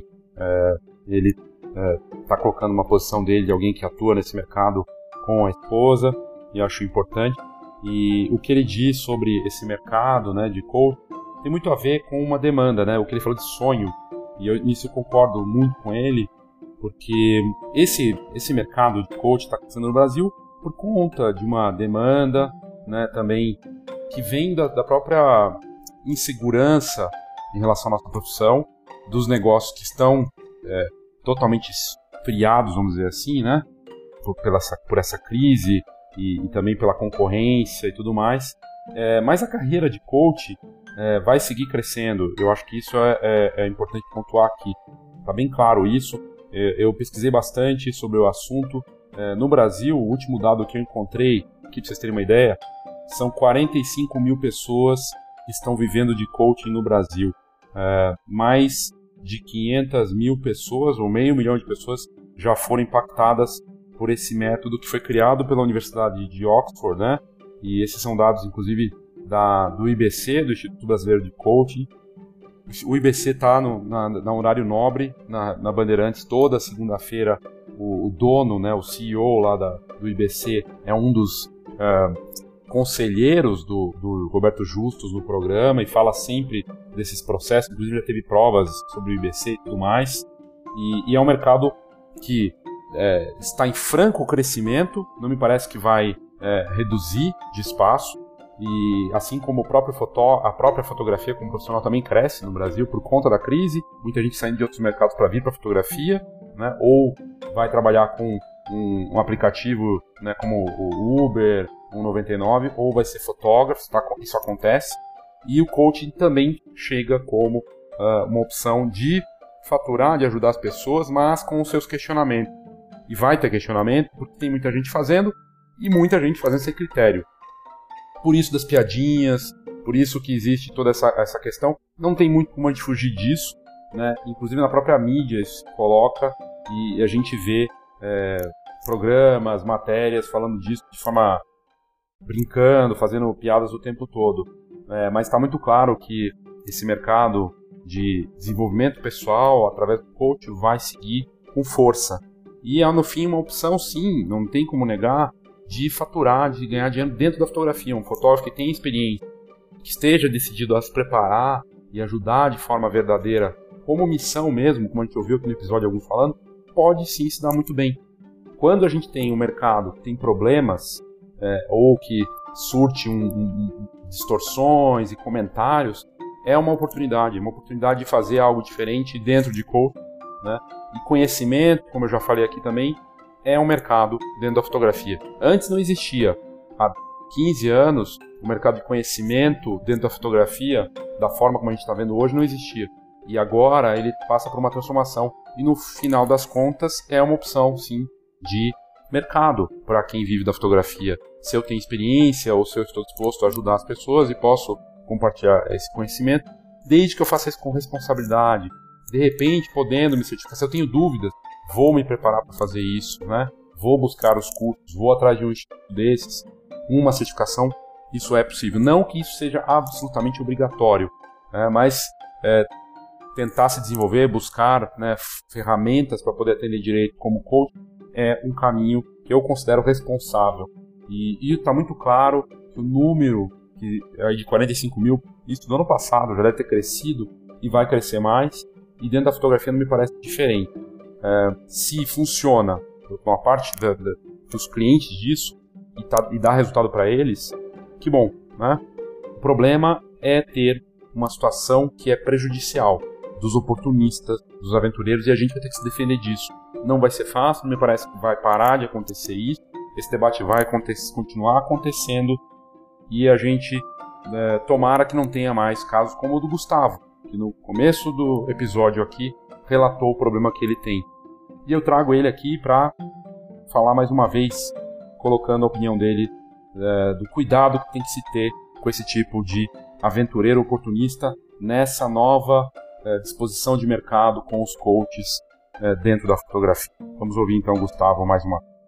Ele está colocando uma posição dele de alguém que atua nesse mercado com a esposa, e acho importante. E o que ele diz sobre esse mercado, né, de coach tem muito a ver com uma demanda, né? O que ele falou de sonho, e nisso eu concordo muito com ele, porque esse mercado de coach está crescendo no Brasil por conta de uma demanda, né, também que vem da própria insegurança em relação à nossa profissão, dos negócios que estão totalmente esfriados, vamos dizer assim, né, por essa crise e também pela concorrência e tudo mais. Mas a carreira de coach vai seguir crescendo. Eu acho que isso é importante pontuar aqui. Está bem claro isso. Eu pesquisei bastante sobre o assunto. No Brasil, o último dado que eu encontrei, aqui para vocês terem uma ideia, são 45 mil pessoas que estão vivendo de coaching no Brasil. Mais de 500 mil pessoas, ou meio milhão de pessoas, já foram impactadas por esse método que foi criado pela Universidade de Oxford, né? E esses são dados, inclusive, do IBC, do Instituto Brasileiro de Coaching. O IBC está no horário nobre, na Bandeirantes, toda segunda-feira. O dono, né, o CEO lá do IBC, é um dos conselheiros do Roberto Justus no programa e fala sempre desses processos. Inclusive já teve provas sobre o IBC e tudo mais. E é um mercado que está em franco crescimento, não me parece que vai reduzir de espaço. E assim como a própria fotografia como profissional também cresce no Brasil por conta da crise, muita gente saindo de outros mercados para vir para a fotografia, né? Ou vai trabalhar com um aplicativo, né, como o Uber, o 99, ou vai ser fotógrafo, tá? Isso acontece. E o coaching também chega como uma opção de faturar, de ajudar as pessoas, mas com os seus questionamentos. E vai ter questionamento porque tem muita gente fazendo e muita gente fazendo sem critério. Por isso das piadinhas, Por isso que existe toda essa questão. Não tem muito como a gente fugir disso, né? Inclusive na própria mídia isso se coloca e a gente vê programas, matérias falando disso de forma brincando, fazendo piadas o tempo todo. Mas está muito claro que esse mercado de desenvolvimento pessoal através do coach vai seguir com força. E é, no fim, uma opção, sim, não tem como negar, de faturar, de ganhar dinheiro dentro da fotografia. Um fotógrafo que tem experiência, que esteja decidido a se preparar e ajudar de forma verdadeira, como missão mesmo, como a gente ouviu aqui no episódio algum falando, pode sim se dar muito bem. Quando a gente tem um mercado que tem problemas, ou que surte distorções e comentários, é uma oportunidade de fazer algo diferente dentro de coach, né? E conhecimento, como eu já falei aqui também, é um mercado dentro da fotografia. Antes não existia. Há 15 anos, o mercado de conhecimento dentro da fotografia, da forma como a gente está vendo hoje, não existia. E agora ele passa por uma transformação. E no final das contas, é uma opção, sim, de mercado para quem vive da fotografia. Se eu tenho experiência ou se eu estou disposto a ajudar as pessoas e posso compartilhar esse conhecimento, desde que eu faça isso com responsabilidade, de repente podendo me certificar. Se eu tenho dúvidas, vou me preparar para fazer isso, né? Vou buscar os cursos, vou atrás de um instituto desses, uma certificação, isso é possível. Não que isso seja absolutamente obrigatório, mas tentar se desenvolver, buscar, né, ferramentas para poder atender direito como coach é um caminho que eu considero responsável. E está muito claro que o número de 45 mil, isso do ano passado já deve ter crescido e vai crescer mais, e dentro da fotografia não me parece diferente. Se funciona com a parte dos clientes disso e dá resultado para eles, que bom, né? O problema é ter uma situação que é prejudicial dos oportunistas, dos aventureiros, e a gente vai ter que se defender disso. Não vai ser fácil, não me parece que vai parar de acontecer isso, esse debate vai continuar acontecendo, e a gente tomara que não tenha mais casos como o do Gustavo, que no começo do episódio aqui relatou o problema que ele tem. E eu trago ele aqui para falar mais uma vez, colocando a opinião dele do cuidado que tem que se ter com esse tipo de aventureiro oportunista nessa nova disposição de mercado com os coaches dentro da fotografia. Vamos ouvir então o Gustavo mais uma vez.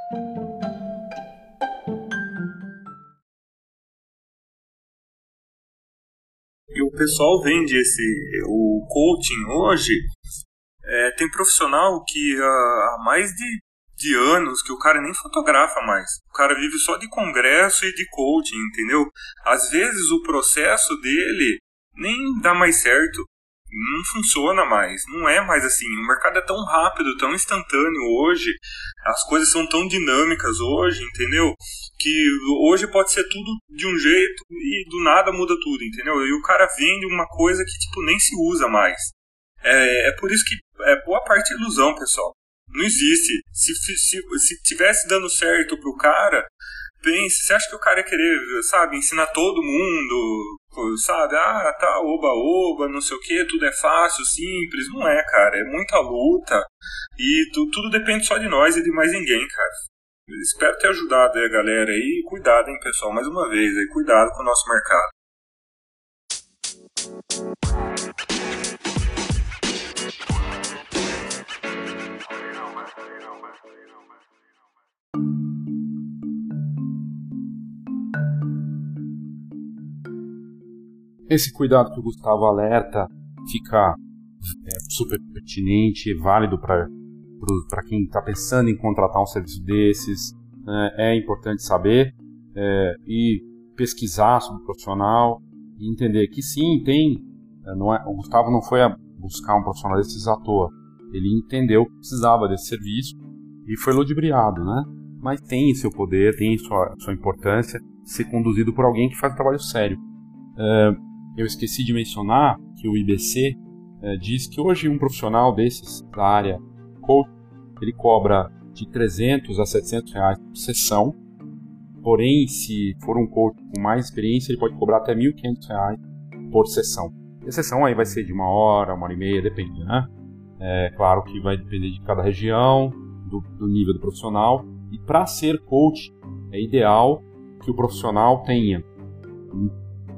E o pessoal vende o coaching hoje. Tem profissional que há mais de anos que o cara nem fotografa mais. O cara vive só de congresso e de coaching, entendeu? Às vezes o processo dele nem dá mais certo. Não funciona mais, não é mais assim. O mercado é tão rápido, tão instantâneo hoje, as coisas são tão dinâmicas hoje, entendeu? Que hoje pode ser tudo de um jeito e do nada muda tudo, entendeu? E o cara vende uma coisa que tipo nem se usa mais. É por isso que boa parte é ilusão, pessoal. Não existe. Se tivesse dando certo pro cara, pense, você acha que o cara ia querer, sabe, ensinar todo mundo, sabe, tá, oba, não sei o que, tudo é fácil, simples? Não é, cara, é muita luta e tudo depende só de nós e de mais ninguém, cara. Espero ter ajudado aí a galera aí, cuidado, hein, pessoal, mais uma vez, aí, cuidado com o nosso mercado. Esse cuidado que o Gustavo alerta fica super pertinente, válido para quem está pensando em contratar um serviço desses. É importante saber e pesquisar sobre o profissional e entender que sim, o Gustavo não foi a buscar um profissional desses à toa. Ele entendeu que precisava desse serviço e foi ludibriado, né? Mas tem seu poder, tem sua importância ser conduzido por alguém que faz um trabalho sério. Eu esqueci de mencionar que o IBC diz que hoje um profissional desses da área coach, ele cobra de 300 a 700 reais por sessão, porém se for um coach com mais experiência ele pode cobrar até 1.500 reais por sessão. E a sessão aí vai ser de 1 hora, 1h30, depende, né? Claro que vai depender de cada região, do nível do profissional, e para ser coach é ideal que o profissional tenha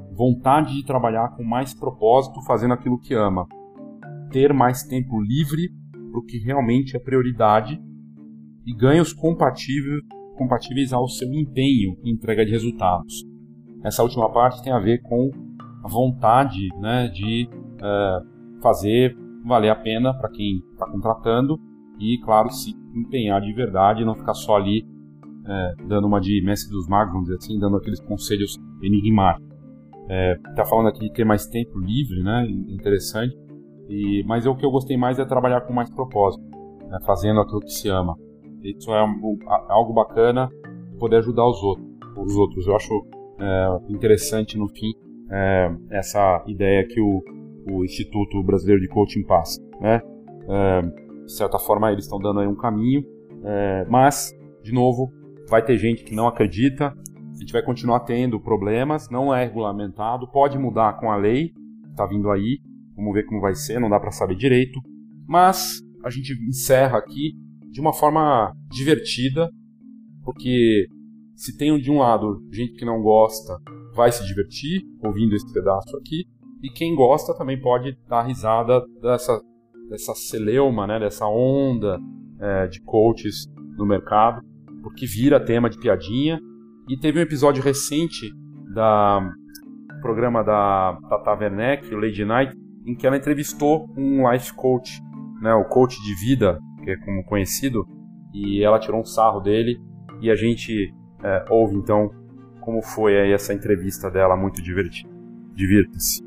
vontade de trabalhar com mais propósito, fazendo aquilo que ama. Ter mais tempo livre para o que realmente é prioridade e ganhos compatíveis ao seu empenho em entrega de resultados. Essa última parte tem a ver com a vontade, né, de fazer valer a pena para quem está contratando e, claro, se empenhar de verdade e não ficar só ali dando uma de mestre dos magos, vamos dizer assim, dando aqueles conselhos enigmáticos. Está falando aqui de ter mais tempo livre, né, interessante, mas o que eu gostei mais é trabalhar com mais propósito, né, fazendo aquilo que se ama. Isso é algo bacana, poder ajudar os outros. Eu acho interessante, no fim, essa ideia que o Instituto Brasileiro de Coaching passa, né? De certa forma, eles estão dando aí um caminho, mas, de novo, vai ter gente que não acredita, a gente vai continuar tendo problemas, não é regulamentado, pode mudar com a lei, está vindo aí, vamos ver como vai ser, não dá para saber direito, mas a gente encerra aqui de uma forma divertida, porque se tem de um lado gente que não gosta, vai se divertir ouvindo esse pedaço aqui, e quem gosta também pode dar risada dessa celeuma, né, dessa onda de coaches no mercado, porque vira tema de piadinha. E teve um episódio recente do programa da Tata Werneck, o Lady Night, em que ela entrevistou um life coach, né, o coach de vida, que é como conhecido, e ela tirou um sarro dele, e a gente ouve então como foi aí essa entrevista dela, muito divertida. Divirta-se.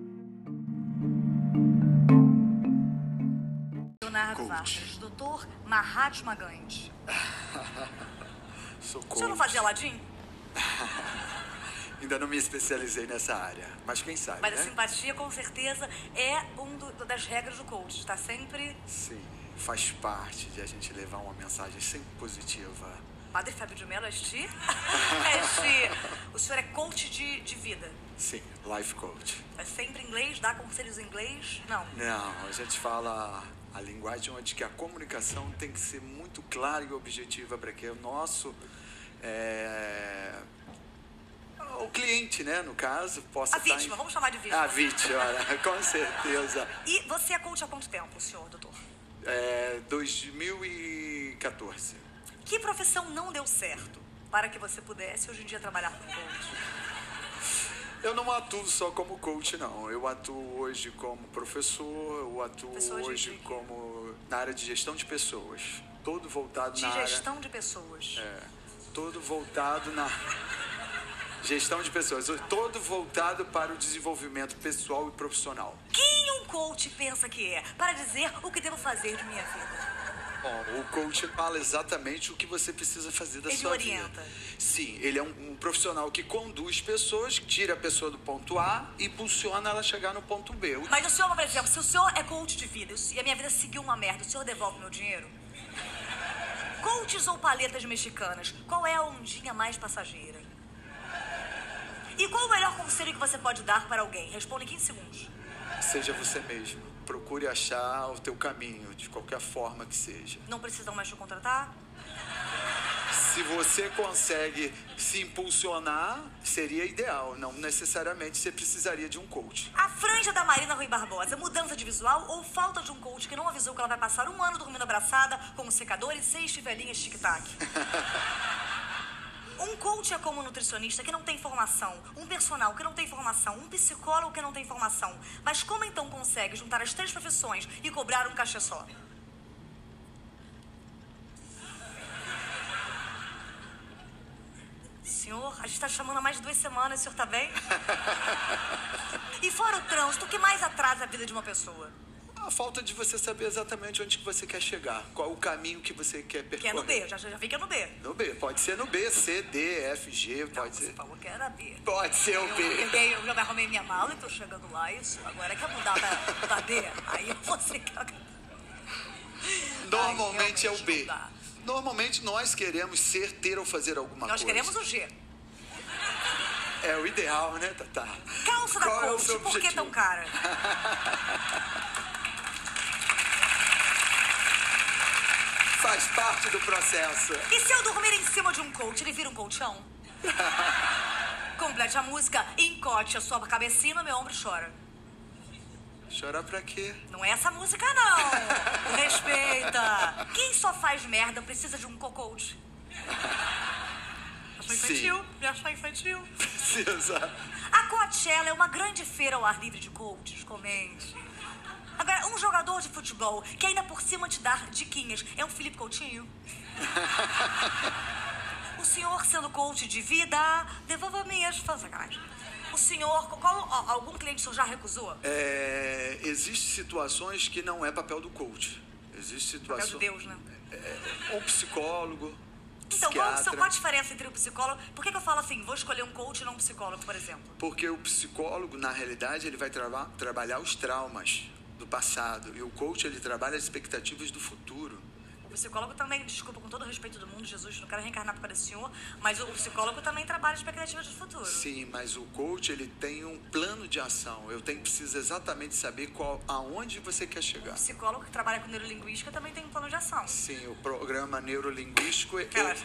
Dr. Mahatma Gandhi. Sou coach. O senhor não fazia Aladdin? Ainda não me especializei nessa área, mas quem sabe, Mas né? a simpatia, com certeza, é das regras do coach. Está sempre... Sim, faz parte de a gente levar uma mensagem sempre positiva. Padre Fábio de Mello, este? O senhor é coach de vida? Sim, life coach. É sempre em inglês? Dá conselhos em inglês? Não. Não, a gente fala a linguagem onde que a comunicação tem que ser muito clara e objetiva para que o nosso... o cliente, né, no caso, possa estar... A vítima, vamos chamar de vítima. A vítima, com certeza. E você é coach há quanto tempo, senhor, doutor? 2014. Que profissão não deu certo para que você pudesse hoje em dia trabalhar como coach? Eu não atuo só como coach, não. Eu atuo hoje como professor, eu atuo hoje como na área de gestão de pessoas. Todo voltado na área... De gestão de pessoas. Todo voltado na... Gestão de pessoas. Todo voltado para o desenvolvimento pessoal e profissional. Quem um coach pensa que é? Para dizer o que devo fazer de minha vida. Bom, o coach fala exatamente o que você precisa fazer da sua vida. Ele orienta. Sim, ele é um profissional que conduz pessoas, tira a pessoa do ponto A e impulsiona ela a chegar no ponto B. Mas o senhor, por exemplo, se o senhor é coach de vida e a minha vida seguiu uma merda, o senhor devolve meu dinheiro? Coaches ou paletas mexicanas, qual é a ondinha mais passageira? E qual o melhor conselho que você pode dar para alguém? Responda em 15 segundos. Seja você mesmo. Procure achar o teu caminho, de qualquer forma que seja. Não precisam mais te contratar? Se você consegue se impulsionar, seria ideal. Não necessariamente você precisaria de um coach. A franja da Marina Rui Barbosa, mudança de visual ou falta de um coach que não avisou que ela vai passar 1 ano dormindo abraçada com um secador e 6 chivelinhas tic-tac? Um coach é como um nutricionista que não tem formação, um personal que não tem formação, um psicólogo que não tem formação. Mas como então consegue juntar as 3 profissões e cobrar um cachê só? Senhor, a gente está chamando há mais de 2 semanas, o senhor tá bem? E fora o trânsito, o que mais atrasa a vida de uma pessoa? A falta de você saber exatamente onde que você quer chegar. Qual o caminho que você quer percorrer. Que é no B, já vi que é no B. No B, pode ser no B, C, D, F, G, pode ser. Você falou que era B. Pode ser o B. Eu já me arrumei minha mala e tô chegando lá, isso. Agora quer mudar da D, aí você quer... Normalmente é o B. Normalmente nós queremos ter ou fazer alguma coisa. Nós queremos o G. É o ideal, né, Tata? Calça da coach, por que tão cara? Faz parte do processo. E se eu dormir em cima de um coach, ele vira um colchão? Complete a música, encote a sua cabecinha no meu ombro e chora. Chorar pra quê? Não é essa música, não. Respeita. Quem só faz merda precisa de um co-coach. Já sou infantil. Já sou infantil. Precisa. A Coachella é uma grande feira ao ar livre de coaches, comente. Agora, um jogador de futebol que ainda por cima te dá diquinhas é um Felipe Coutinho? O senhor, sendo coach de vida, devolva minhas sacanagem. O senhor, algum cliente o senhor já recusou? Existem situações que não é papel do coach. Existe situações... Papel de Deus, né? Um psicólogo, então, psiquiatra. qual a diferença entre o psicólogo... Por que eu falo assim, vou escolher um coach e não um psicólogo, por exemplo? Porque o psicólogo, na realidade, ele vai trabalhar os traumas do passado. E o coach, ele trabalha as expectativas do futuro. O psicólogo também, desculpa, com todo o respeito do mundo, Jesus, não quero reencarnar para o senhor, mas o psicólogo também trabalha expectativas do futuro. Sim, mas o coach, ele tem um plano de ação. Precisa exatamente saber aonde você quer chegar. O psicólogo que trabalha com neurolinguística também tem um plano de ação. Sim, o programa neurolinguístico...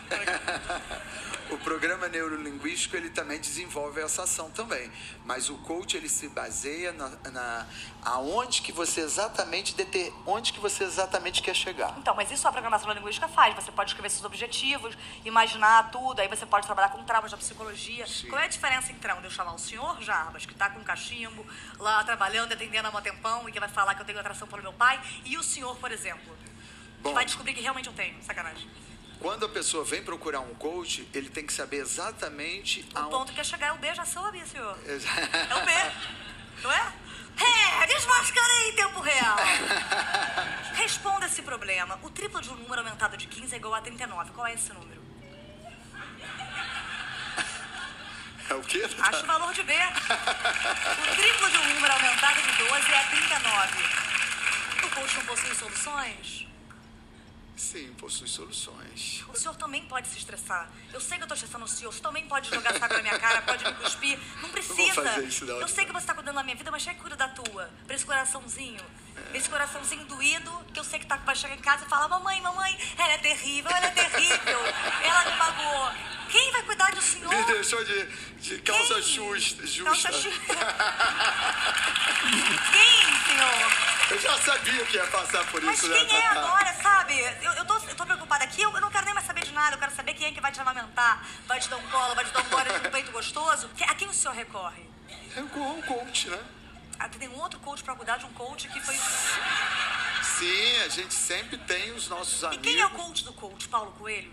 O programa neurolinguístico, ele também desenvolve essa ação também. Mas o coach, ele se baseia onde que você exatamente quer chegar. Então, mas isso a programação neurolinguística faz. Você pode escrever seus objetivos, imaginar tudo, aí você pode trabalhar com traumas da psicologia. Sim. Qual é a diferença, então, de eu chamar o senhor Jarbas, que está com cachimbo, lá trabalhando, atendendo há um tempão, e que vai falar que eu tenho atração pelo meu pai, e o senhor, por exemplo, que vai descobrir que realmente eu tenho. Sacanagem. Quando a pessoa vem procurar um coach, ele tem que saber exatamente... O ponto que é chegar é o B, já soube, senhor. É o B, não é? Desmascarei em tempo real. Responda esse problema. O triplo de um número aumentado de 15 é igual a 39. Qual é esse número? É o quê? Acho o valor de B. O triplo de um número aumentado de 12 é 39. O coach não possui soluções? Sim, possui soluções. O senhor também pode se estressar. Eu sei que eu tô estressando o senhor. Você também pode jogar saco na minha cara, pode me cuspir. Não precisa. Não vou fazer isso, não. Eu sei que você tá cuidando da minha vida, mas cuida da tua. Pra esse coraçãozinho. Esse coraçãozinho doído, que eu sei que vai chegar em casa e falar: mamãe, ela é terrível, ela me magoou. Quem vai cuidar do senhor? Me deixou de calça justa. Calça justa. Quem, senhor? Eu já sabia que ia passar por isso. Mas quem é agora, sabe? Eu tô preocupada aqui, eu não quero nem mais saber de nada. Eu quero saber quem é que vai te amamentar, vai te dar um colo, vai te dar um gole de peito gostoso. A quem o senhor recorre? Um coach, né? Tem um outro coach pra cuidar de um coach que foi... Sim, a gente sempre tem os nossos amigos. E quem é o coach do coach? Paulo Coelho?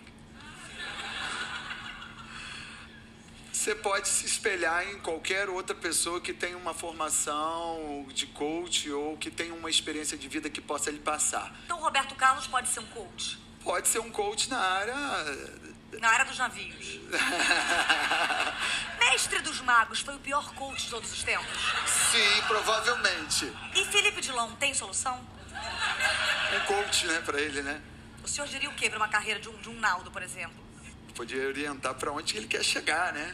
Você pode se espelhar em qualquer outra pessoa que tenha uma formação de coach ou que tenha uma experiência de vida que possa lhe passar. Então, Roberto Carlos pode ser um coach? Pode ser um coach na área... Na área dos navios. Mestre dos Magos foi o pior coach de todos os tempos? Sim, provavelmente. E Felipe Dilon tem solução? Um coach, né, pra ele, né? O senhor diria o quê pra uma carreira de um Naldo, por exemplo? Podia orientar pra onde ele quer chegar, né?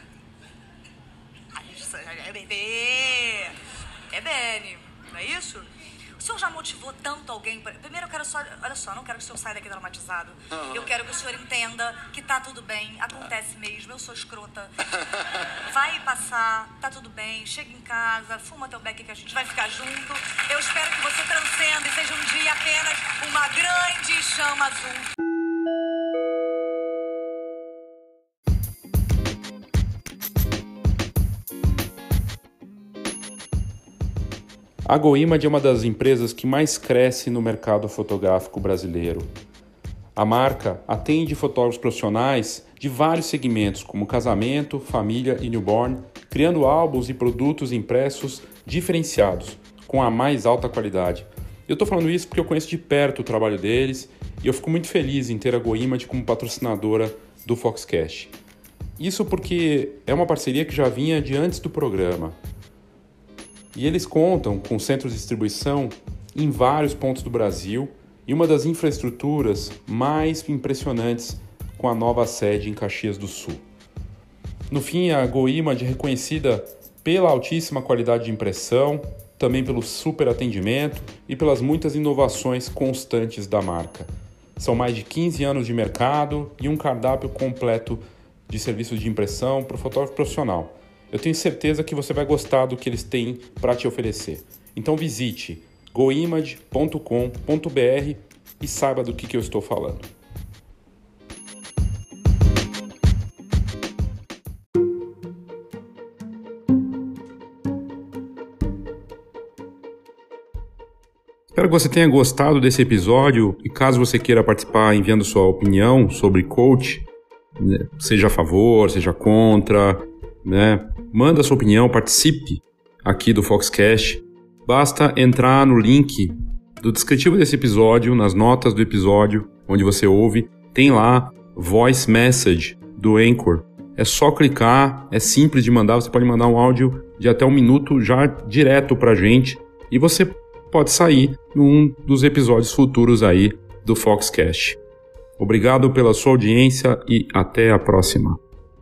É bebê. É Bene, não é isso? O senhor já motivou tanto alguém? Primeiro eu quero só... Olha só, não quero que o senhor saia daqui traumatizado. Eu quero que o senhor entenda que tá tudo bem, acontece mesmo, eu sou escrota. Vai passar, tá tudo bem, chega em casa, fuma teu beck que a gente vai ficar junto. Eu espero que você transcenda e seja um dia apenas uma grande chama azul. A GoImage é uma das empresas que mais cresce no mercado fotográfico brasileiro. A marca atende fotógrafos profissionais de vários segmentos, como casamento, família e newborn, criando álbuns e produtos impressos diferenciados, com a mais alta qualidade. Eu estou falando isso porque eu conheço de perto o trabalho deles e eu fico muito feliz em ter a GoImage como patrocinadora do Foxcast. Isso porque é uma parceria que já vinha de antes do programa. E eles contam com centros de distribuição em vários pontos do Brasil e uma das infraestruturas mais impressionantes com a nova sede em Caxias do Sul. No fim, a GoImage é reconhecida pela altíssima qualidade de impressão, também pelo super atendimento e pelas muitas inovações constantes da marca. São mais de 15 anos de mercado e um cardápio completo de serviços de impressão para o fotógrafo profissional. Eu tenho certeza que você vai gostar do que eles têm para te oferecer. Então visite goimage.com.br e saiba do que eu estou falando. Espero que você tenha gostado desse episódio e caso você queira participar enviando sua opinião sobre coach, né, seja a favor, seja contra, né, manda sua opinião, participe aqui do Foxcast. Basta entrar no link do descritivo desse episódio, nas notas do episódio, onde você ouve, tem lá Voice Message do Anchor. É só clicar, é simples de mandar, você pode mandar um áudio de até 1 minuto já direto pra gente e você pode sair num dos episódios futuros aí do Foxcast. Obrigado pela sua audiência e até a próxima.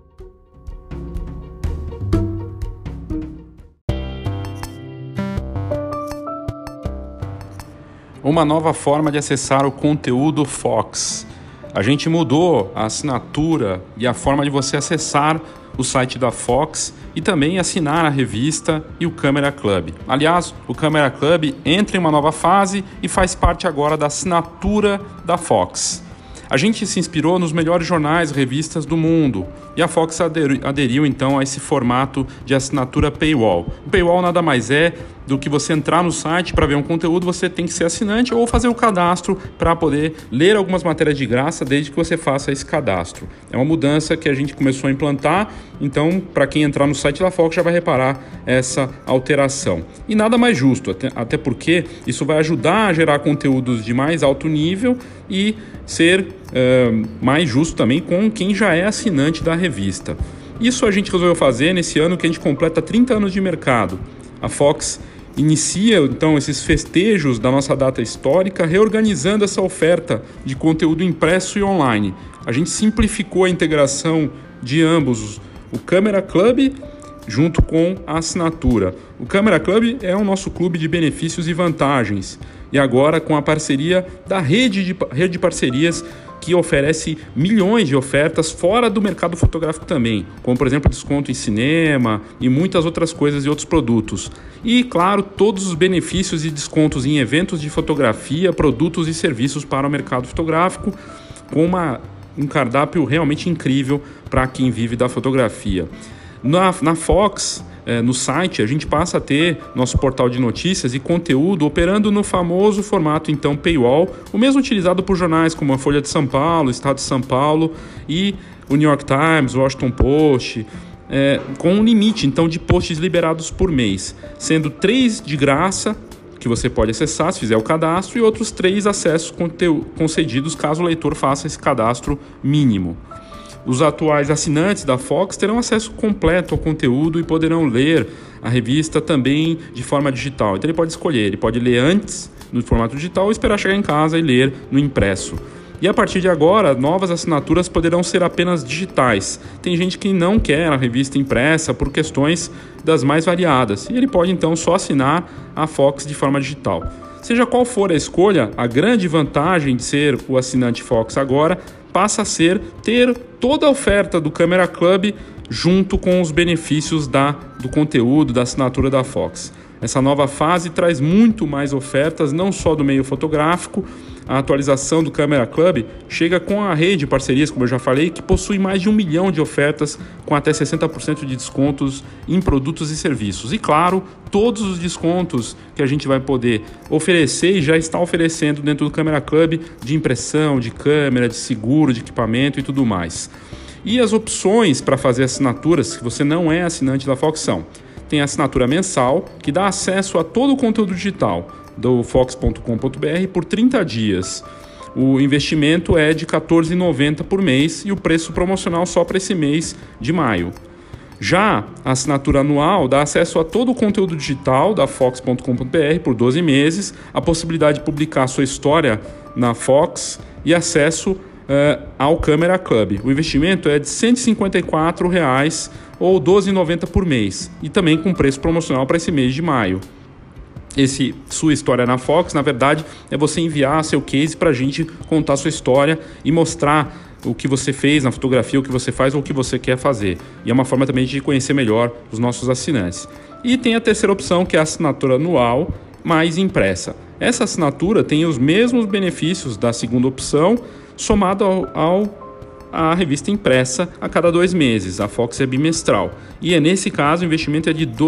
Uma nova forma de acessar o conteúdo Fox. A gente mudou a assinatura e a forma de você acessar o site da Fox e também assinar a revista e o Camera Club. Aliás, o Camera Club entra em uma nova fase e faz parte agora da assinatura da Fox. A gente se inspirou nos melhores jornais e revistas do mundo e a Fox aderiu então a esse formato de assinatura paywall. O paywall nada mais é do que você entrar no site para ver um conteúdo, você tem que ser assinante ou fazer o cadastro para poder ler algumas matérias de graça desde que você faça esse cadastro. É uma mudança que a gente começou a implantar, então para quem entrar no site da Fox já vai reparar essa alteração. E nada mais justo, até porque isso vai ajudar a gerar conteúdos de mais alto nível e ser mais justo também com quem já é assinante da revista. Isso a gente resolveu fazer nesse ano que a gente completa 30 anos de mercado. A Fox inicia então esses festejos da nossa data histórica reorganizando essa oferta de conteúdo impresso e online. A gente simplificou a integração de ambos, o Camera Club junto com a assinatura. O Camera Club é o nosso clube de benefícios e vantagens. E agora com a parceria da rede de parcerias que oferece milhões de ofertas fora do mercado fotográfico também, como por exemplo desconto em cinema e muitas outras coisas e outros produtos. E claro, todos os benefícios e descontos em eventos de fotografia, produtos e serviços para o mercado fotográfico, com um cardápio realmente incrível para quem vive da fotografia. Na Fox, no site, a gente passa a ter nosso portal de notícias e conteúdo operando no famoso formato então paywall, o mesmo utilizado por jornais como a Folha de São Paulo, o Estado de São Paulo e o New York Times, o Washington Post, com um limite então de posts liberados por mês, sendo 3 de graça que você pode acessar se fizer o cadastro e outros 3 acessos concedidos caso o leitor faça esse cadastro mínimo. Os atuais assinantes da Fox terão acesso completo ao conteúdo e poderão ler a revista também de forma digital. Então ele pode escolher, ele pode ler antes no formato digital ou esperar chegar em casa e ler no impresso. E a partir de agora, novas assinaturas poderão ser apenas digitais. Tem gente que não quer a revista impressa por questões das mais variadas e ele pode então só assinar a Fox de forma digital. Seja qual for a escolha, a grande vantagem de ser o assinante Fox agora passa a ser ter toda a oferta do Camera Club junto com os benefícios do conteúdo, da assinatura da Fox. Essa nova fase traz muito mais ofertas, não só do meio fotográfico. A atualização do Camera Club chega com a rede de parcerias, como eu já falei, que possui mais de 1 milhão de ofertas com até 60% de descontos em produtos e serviços. E claro, todos os descontos que a gente vai poder oferecer e já está oferecendo dentro do Camera Club de impressão, de câmera, de seguro, de equipamento e tudo mais. E as opções para fazer assinaturas, se você não é assinante da Fox, são: tem a assinatura mensal, que dá acesso a todo o conteúdo digital do fox.com.br por 30 dias. O investimento é de R$ 14,90 por mês e o preço promocional só para esse mês de maio. Já a assinatura anual dá acesso a todo o conteúdo digital da fox.com.br por 12 meses, a possibilidade de publicar sua história na Fox e acesso ao Camera Club. O investimento é de R$ 154 ou R$ 12,90 por mês e também com preço promocional para esse mês de maio. Sua história na Fox, na verdade, é você enviar seu case para a gente contar sua história e mostrar o que você fez na fotografia, o que você faz ou o que você quer fazer. E é uma forma também de conhecer melhor os nossos assinantes. E tem a terceira opção, que é a assinatura anual mais impressa. Essa assinatura tem os mesmos benefícios da segunda opção, somado à revista impressa a cada 2 meses. A Fox é bimestral. E nesse caso o investimento é de R$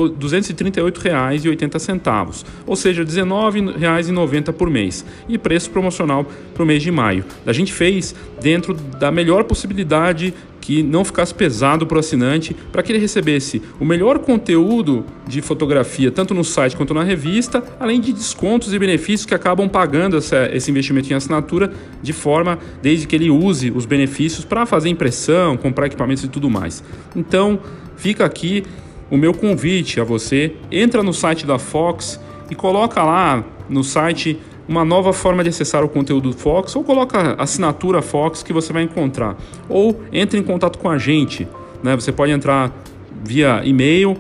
238,80, ou seja, R$ 19,90 por mês. E preço promocional para o mês de maio. A gente fez dentro da melhor possibilidade, que não ficasse pesado para o assinante, para que ele recebesse o melhor conteúdo de fotografia, tanto no site quanto na revista, além de descontos e benefícios que acabam pagando esse investimento em assinatura, de forma, desde que ele use os benefícios para fazer impressão, comprar equipamentos e tudo mais. Então, fica aqui o meu convite a você, entra no site da Fox e coloca lá no site uma nova forma de acessar o conteúdo do Fox, ou coloca assinatura Fox que você vai encontrar, ou entre em contato com a gente, né? Você pode entrar via e-mail,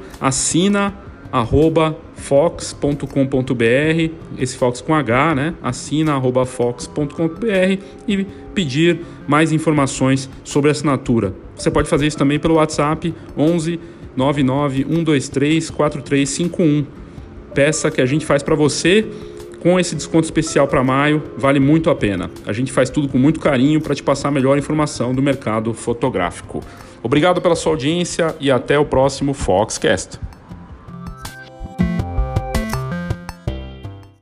assina@fox.com.br, esse Fox com H, né? assina@fox.com.br e pedir mais informações sobre a assinatura. Você pode fazer isso também pelo WhatsApp 11 99 123 4351. Peça que a gente faz para você. Com esse desconto especial para maio, vale muito a pena. A gente faz tudo com muito carinho para te passar a melhor informação do mercado fotográfico. Obrigado pela sua audiência e até o próximo Foxcast.